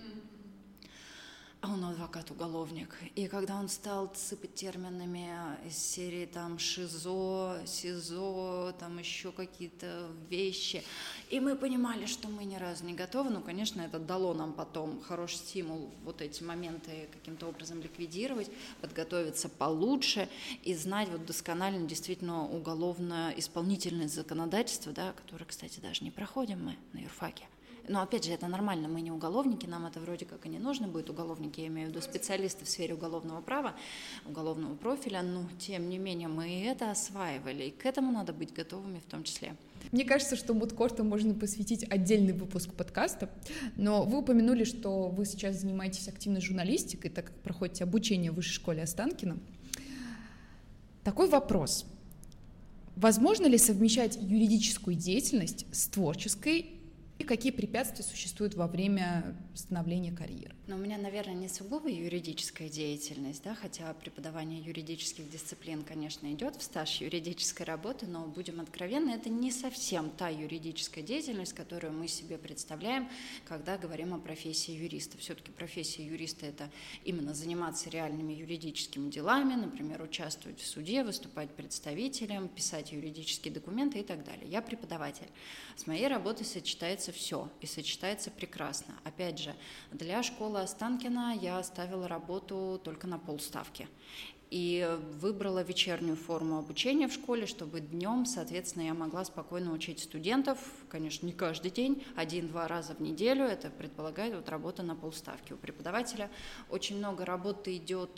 [SPEAKER 4] а он адвокат-уголовник. И когда он стал сыпать терминами из серии там ШИЗО, СИЗО, там еще какие-то вещи, и мы понимали, что мы ни разу не готовы. Ну, конечно, это дало нам потом хороший стимул вот эти моменты каким-то образом ликвидировать, подготовиться получше и знать вот досконально действительно уголовно-исполнительное законодательство, да, которое, кстати, даже не проходим мы на юрфаке. Но, опять же, это нормально, мы не уголовники, нам это вроде как и не нужно будет, уголовники, я имею в виду специалисты в сфере уголовного права, уголовного профиля, но, тем не менее, мы это осваивали, и к этому надо быть готовыми в том числе.
[SPEAKER 3] Мне кажется, что мудкорту можно посвятить отдельный выпуск подкаста, но вы упомянули, что вы сейчас занимаетесь активной журналистикой, так как проходите обучение в Высшей школе Останкино. Такой вопрос. Возможно ли совмещать юридическую деятельность с творческой, и какие препятствия существуют во время становления карьеры?
[SPEAKER 4] Но у меня, наверное, не сугубо юридическая деятельность, да, хотя преподавание юридических дисциплин, конечно, идет в стаж юридической работы, но, будем откровенны, это не совсем та юридическая деятельность, которую мы себе представляем, когда говорим о профессии юриста. Все-таки профессия юриста – это именно заниматься реальными юридическими делами, например, участвовать в суде, выступать представителем, писать юридические документы и так далее. Я преподаватель. С моей работой сочетается все, и сочетается прекрасно. Опять же, для школы Останкино я оставила работу только на полставки. И выбрала вечернюю форму обучения в школе, чтобы днем, соответственно, я могла спокойно учить студентов, конечно, не каждый день, 1-2 раза в неделю, это предполагает вот работа на полставки. У преподавателя очень много работы идет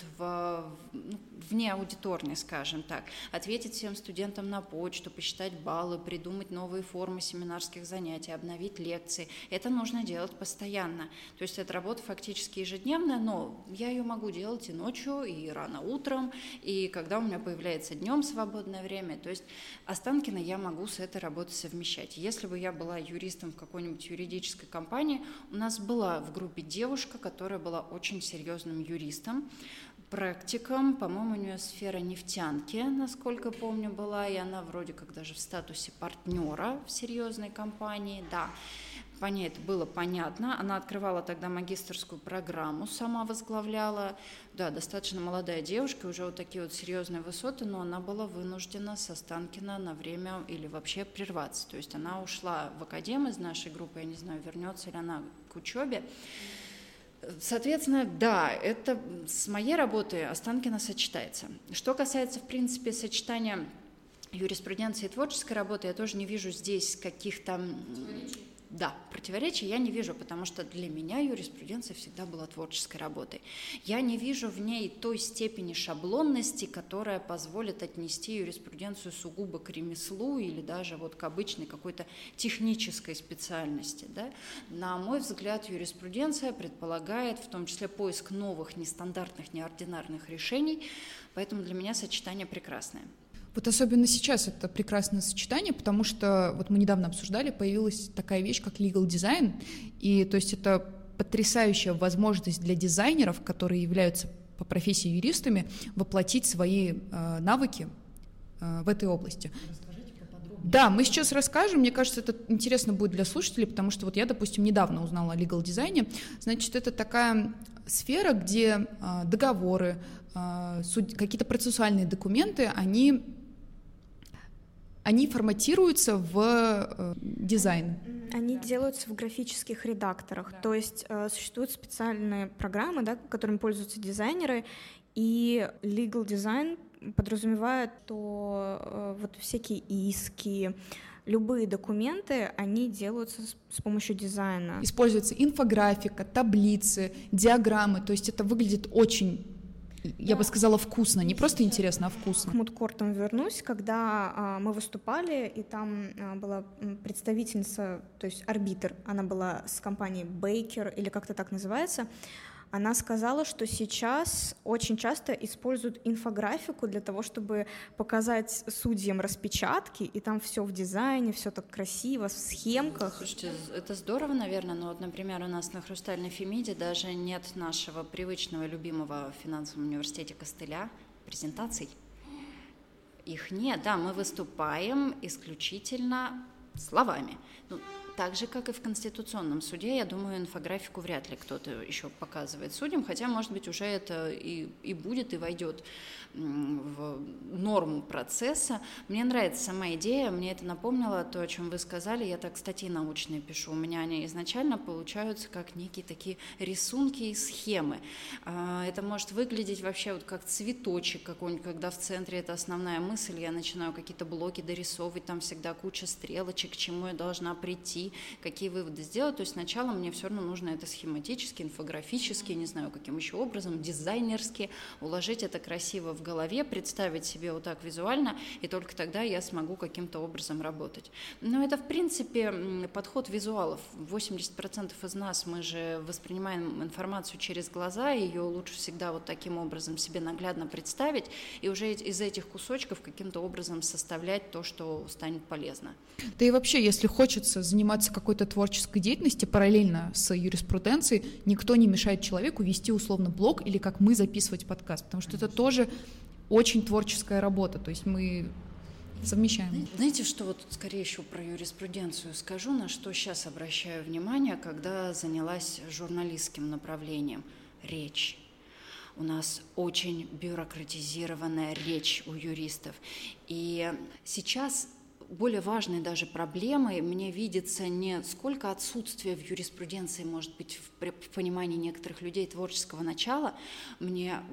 [SPEAKER 4] вне аудиторной, скажем так, ответить всем студентам на почту, посчитать баллы, придумать новые формы семинарских занятий, обновить лекции. Это нужно делать постоянно. То есть эта работа фактически ежедневная, но я ее могу делать и ночью, и рано утром, и когда у меня появляется днем свободное время. То есть Останкино я могу с этой работой совмещать. Если бы я была юристом в какой-нибудь юридической компании, у нас была в группе девушка, которая была очень серьезным юристом, практиком, по-моему, у нее сфера нефтянки, насколько помню, была, и она вроде как даже в статусе партнера в серьезной компании, да. По ней это было понятно. Она открывала тогда магистерскую программу, сама возглавляла. Да, достаточно молодая девушка, уже вот такие вот серьезные высоты, но она была вынуждена с Останкино на время или вообще прерваться. То есть она ушла в академ из нашей группы, я не знаю, вернется ли она к учебе. Соответственно, да, это с моей работой Останкино сочетается. Что касается, в принципе, сочетания юриспруденции и творческой работы, я тоже не вижу здесь каких-то... Да, противоречий я не вижу, потому что для меня юриспруденция всегда была творческой работой. Я не вижу в ней той степени шаблонности, которая позволит отнести юриспруденцию сугубо к ремеслу или даже вот к обычной какой-то технической специальности. Да? На мой взгляд, юриспруденция предполагает в том числе поиск новых, нестандартных, неординарных решений, поэтому для меня сочетание прекрасное.
[SPEAKER 3] Вот особенно сейчас это прекрасное сочетание, потому что вот мы недавно обсуждали, появилась такая вещь, как legal design, и то есть это потрясающая возможность для дизайнеров, которые являются по профессии юристами, воплотить свои навыки в этой области. Расскажите поподробнее. Да, мы сейчас расскажем, мне кажется, это интересно будет для слушателей, потому что вот я, допустим, недавно узнала о legal дизайне, значит, это такая сфера, где договоры, какие-то процессуальные документы, они форматируются в дизайн.
[SPEAKER 2] Они делаются в графических редакторах, да. То есть существуют специальные программы, да, которыми пользуются дизайнеры, и legal design подразумевает, что вот всякие иски, любые документы, они делаются с помощью дизайна.
[SPEAKER 3] Используется инфографика, таблицы, диаграммы, то есть это выглядит очень... Я бы сказала, вкусно, не просто интересно, а вкусно.
[SPEAKER 2] К мудкортам вернусь, когда мы выступали, и там была представительница, то есть арбитр, она была с компанией Baker, или как-то так называется. Она сказала, что сейчас очень часто используют инфографику для того, чтобы показать судьям распечатки, и там все в дизайне, все так красиво, в схемках.
[SPEAKER 4] Слушайте, это здорово, наверное, но вот, например, у нас на Хрустальной Фемиде даже нет нашего привычного, любимого в финансовом университете костыля презентаций. Их нет, да, мы выступаем исключительно словами. Так же, как и в Конституционном суде, я думаю, инфографику вряд ли кто-то еще показывает судьям, хотя, может быть, уже это и будет, и войдет в норму процесса. Мне нравится сама идея, мне это напомнило то, о чем вы сказали. Я так статьи научные пишу. У меня они изначально получаются как некие такие рисунки и схемы. Это может выглядеть вообще вот как цветочек какой-нибудь, когда в центре это основная мысль, я начинаю какие-то блоки дорисовывать, там всегда куча стрелочек, к чему я должна прийти, донести, какие выводы сделать. То есть сначала мне все равно нужно это схематически, инфографически, не знаю, каким еще образом, дизайнерски уложить это красиво в голове, представить себе вот так визуально, и только тогда я смогу каким-то образом работать. Но это, в принципе, подход визуалов. 80% из нас, мы же воспринимаем информацию через глаза, ее лучше всегда вот таким образом себе наглядно представить, и уже из этих кусочков каким-то образом составлять то, что станет полезно.
[SPEAKER 3] Да и вообще, если хочется заниматься какой-то творческой деятельностью параллельно с юриспруденцией, никто не мешает человеку вести условно блог или как мы записывать подкаст, потому что это тоже очень творческая работа, то есть мы совмещаем.
[SPEAKER 4] Знаете, что вот скорее еще про юриспруденцию скажу, на что сейчас обращаю внимание, когда занялась журналистским направлением? Речь. У нас очень бюрократизированная речь у юристов. И сейчас более важной даже проблемой мне видится не сколько отсутствие в юриспруденции, может быть, в понимании некоторых людей творческого начала, меня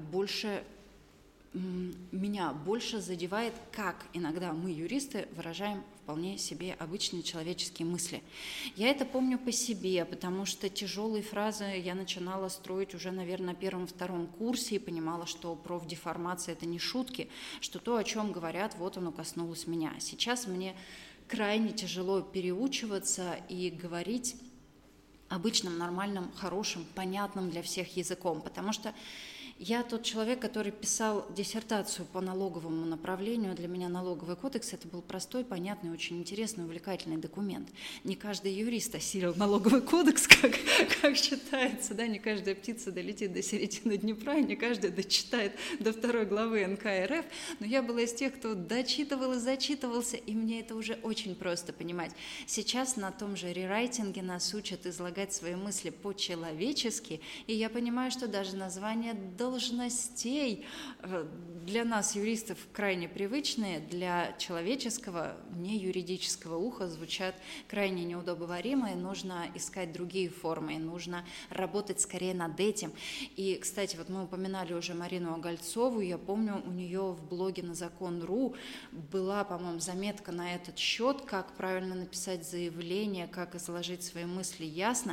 [SPEAKER 4] больше задевает, как иногда мы, юристы, выражаем вполне себе обычные человеческие мысли. Я это помню по себе, потому что тяжелые фразы я начинала строить уже, наверное, на первом-втором курсе и понимала, что профдеформация – это не шутки, что то, о чем говорят, вот оно коснулось меня. Сейчас мне крайне тяжело переучиваться и говорить обычным, нормальным, хорошим, понятным для всех языком, потому что я тот человек, который писал диссертацию по налоговому направлению. Для меня налоговый кодекс – это был простой, понятный, очень интересный, увлекательный документ. Не каждый юрист осилил налоговый кодекс, как считается, да? Не каждая птица долетит до середины Днепра, и не каждый дочитает до 2 главы НК РФ. Но я была из тех, кто дочитывал и зачитывался, и мне это уже очень просто понимать. Сейчас на том же рерайтинге нас учат излагать свои мысли по-человечески, и я понимаю, что даже название должностей для нас, юристов, крайне привычные, для человеческого, не юридического уха звучат крайне неудобоваримо, и нужно искать другие формы, и нужно работать скорее над этим. И, кстати, вот мы упоминали уже Марину Огольцову, я помню, у нее в блоге на Закон.ру была, по-моему, заметка на этот счет, как правильно написать заявление, как изложить свои мысли ясно.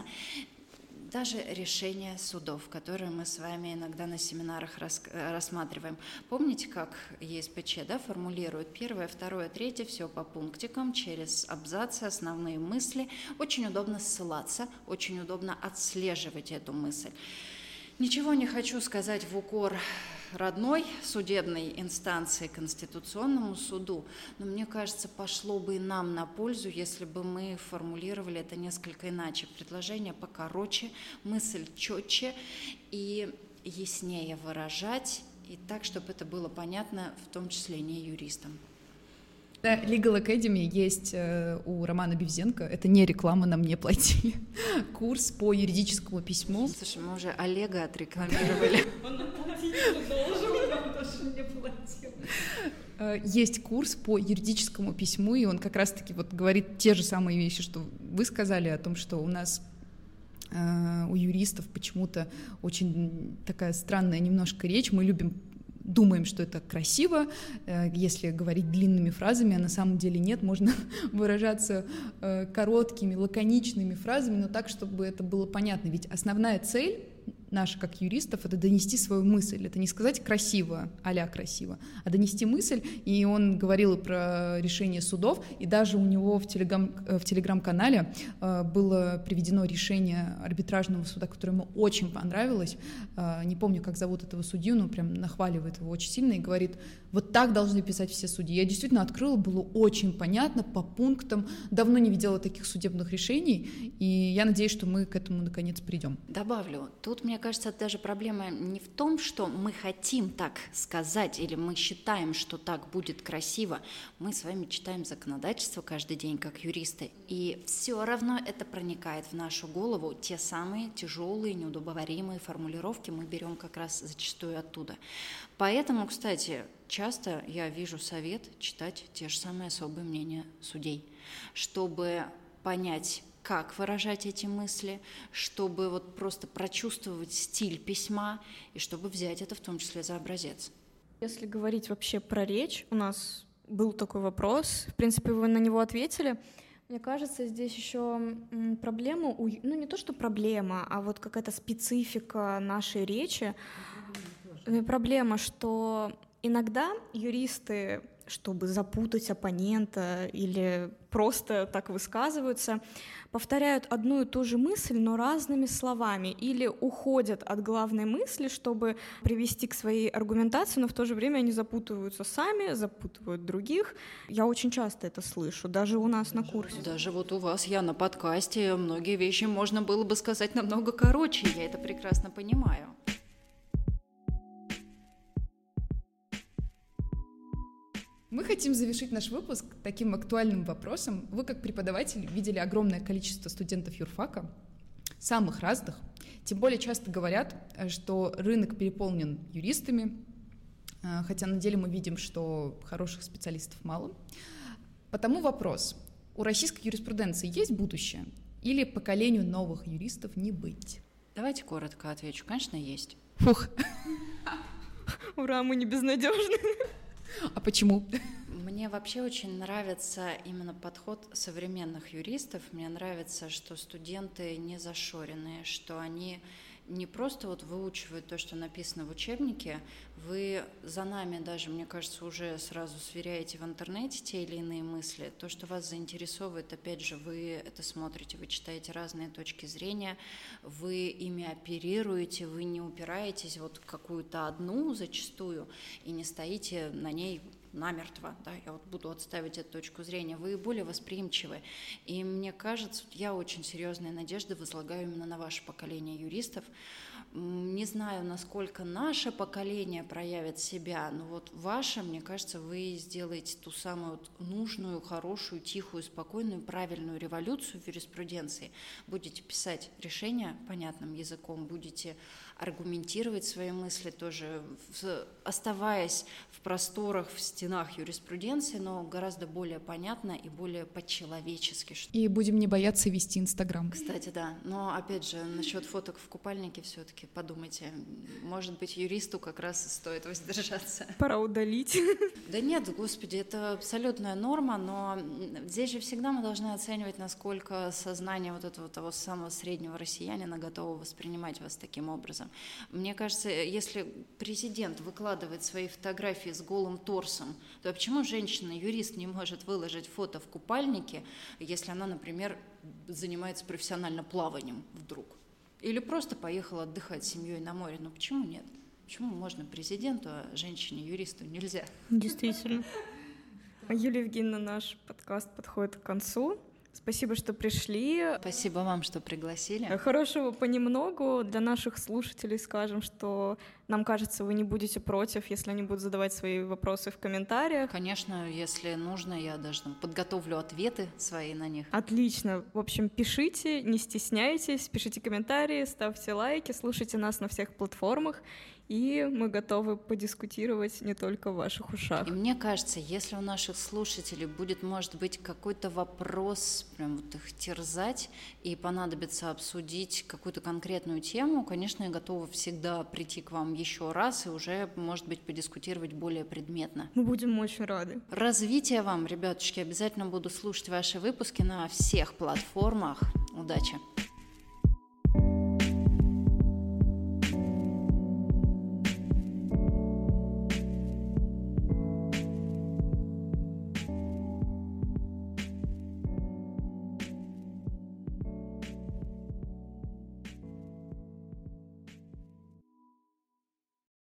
[SPEAKER 4] Даже решения судов, которые мы с вами иногда на семинарах рассматриваем. Помните, как ЕСПЧ формулирует первое, второе, третье, все по пунктикам, через абзацы, основные мысли. Очень удобно ссылаться, очень удобно отслеживать эту мысль. Ничего не хочу сказать в укор родной судебной инстанции, Конституционному суду, но мне кажется, пошло бы и нам на пользу, если бы мы формулировали это несколько иначе. Предложение покороче, мысль четче и яснее выражать, и так, чтобы это было понятно, в том числе не юристам.
[SPEAKER 3] На Legal Academy есть у Романа Бевзенко, это не реклама, нам не платили, курс по юридическому письму.
[SPEAKER 4] Слушай, мы уже Олега отрекламировали.
[SPEAKER 2] Он нам платить должен, нам даже не платил.
[SPEAKER 3] Есть курс по юридическому письму, и он как раз-таки вот говорит те же самые вещи, что вы сказали о том, что у нас у юристов почему-то очень такая странная немножко речь, мы думаем, что это красиво, если говорить длинными фразами, а на самом деле нет, можно выражаться короткими, лаконичными фразами, но так, чтобы это было понятно. Ведь основная цель наша, как юристов, это донести свою мысль. Это не сказать красиво, а-ля красиво, а донести мысль. И он говорил и про решение судов, и даже у него в телеграм-канале было приведено решение арбитражного суда, которое ему очень понравилось. Не помню, как зовут этого судью, но прям нахваливает его очень сильно и говорит, вот так должны писать все судьи. Я действительно открыла, было очень понятно, по пунктам. Давно не видела таких судебных решений, и я надеюсь, что мы к этому наконец придем.
[SPEAKER 4] Добавлю, тут, мне кажется, даже проблема не в том, что мы хотим так сказать, или мы считаем, что так будет красиво. Мы с вами читаем законодательство каждый день, как юристы, и все равно это проникает в нашу голову. Те самые тяжелые, неудобоваримые формулировки мы берем как раз зачастую оттуда. Поэтому, кстати, часто я вижу совет читать те же самые особые мнения судей, чтобы понять, как выражать эти мысли, чтобы вот просто прочувствовать стиль письма и чтобы взять это в том числе за образец.
[SPEAKER 2] Если говорить вообще про речь, у нас был такой вопрос, в принципе, вы на него ответили. Мне кажется, здесь еще проблема, ну не то что проблема, а вот какая-то специфика нашей речи. Проблема, что иногда юристы, чтобы запутать оппонента или просто так высказываются, повторяют одну и ту же мысль, но разными словами, или уходят от главной мысли, чтобы привести к своей аргументации, но в то же время они запутываются сами, запутывают других. Я очень часто это слышу, даже у нас на курсе.
[SPEAKER 4] Даже вот у вас, я на подкасте, многие вещи можно было бы сказать намного короче, я это прекрасно понимаю.
[SPEAKER 3] Мы хотим завершить наш выпуск таким актуальным вопросом. Вы, как преподаватель, видели огромное количество студентов юрфака, самых разных. Тем более часто говорят, что рынок переполнен юристами, хотя на деле мы видим, что хороших специалистов мало. Потому вопрос. У российской юриспруденции есть будущее? Или поколению новых юристов не быть?
[SPEAKER 4] Давайте коротко отвечу. Конечно, есть.
[SPEAKER 3] Фух.
[SPEAKER 2] Ура, мы не безнадежны.
[SPEAKER 3] А почему?
[SPEAKER 4] Мне вообще очень нравится именно подход современных юристов. Мне нравится, что студенты не зашоренные, что они не просто вот выучивают то, что написано в учебнике, вы за нами даже, мне кажется, уже сразу сверяете в интернете те или иные мысли. То, что вас заинтересовывает, опять же, вы это смотрите, вы читаете разные точки зрения, вы ими оперируете, вы не упираетесь вот в какую-то одну зачастую и не стоите на ней намертво, да, я вот буду отставить эту точку зрения, вы более восприимчивы. И мне кажется, я очень серьезные надежды возлагаю именно на ваше поколение юристов. Не знаю, насколько наше поколение проявит себя, но вот ваше, мне кажется, вы сделаете ту самую вот нужную, хорошую, тихую, спокойную, правильную революцию в юриспруденции. Будете писать решения понятным языком, будете аргументировать свои мысли тоже, оставаясь в просторах, в стенах юриспруденции, но гораздо более понятно и более по-человечески.
[SPEAKER 3] И будем не бояться вести Инстаграм.
[SPEAKER 4] Кстати, да. Но, опять же, насчет фоток в купальнике все-таки подумайте. Может быть, юристу как раз стоит воздержаться.
[SPEAKER 2] Пора удалить.
[SPEAKER 4] Да нет, господи, это абсолютная норма, но здесь же всегда мы должны оценивать, насколько сознание вот этого того самого среднего россиянина готово воспринимать вас таким образом. Мне кажется, если президент выкладывает свои фотографии с голым торсом, то почему женщина-юрист не может выложить фото в купальнике, если она, например, занимается профессионально плаванием вдруг? Или просто поехала отдыхать с семьей на море? Ну почему нет? Почему можно президенту, а женщине-юристу нельзя?
[SPEAKER 2] Действительно. Юлия Евгеньевна, наш подкаст подходит к концу. Спасибо, что пришли.
[SPEAKER 4] Спасибо вам, что пригласили.
[SPEAKER 2] Хорошего понемногу. Для наших слушателей скажем, что нам кажется, вы не будете против, если они будут задавать свои вопросы в комментариях.
[SPEAKER 4] Конечно, если нужно, я даже подготовлю ответы свои на них.
[SPEAKER 2] Отлично. В общем, пишите, не стесняйтесь, пишите комментарии, ставьте лайки, слушайте нас на всех платформах. И мы готовы подискутировать не только в ваших ушах.
[SPEAKER 4] И мне кажется, если у наших слушателей будет, может быть, какой-то вопрос, прям вот их терзать, и понадобится обсудить какую-то конкретную тему, конечно, я готова всегда прийти к вам еще раз и уже, может быть, подискутировать более предметно.
[SPEAKER 2] Мы будем очень рады.
[SPEAKER 4] Развития вам, ребятушки, обязательно буду слушать ваши выпуски на всех платформах. Удачи!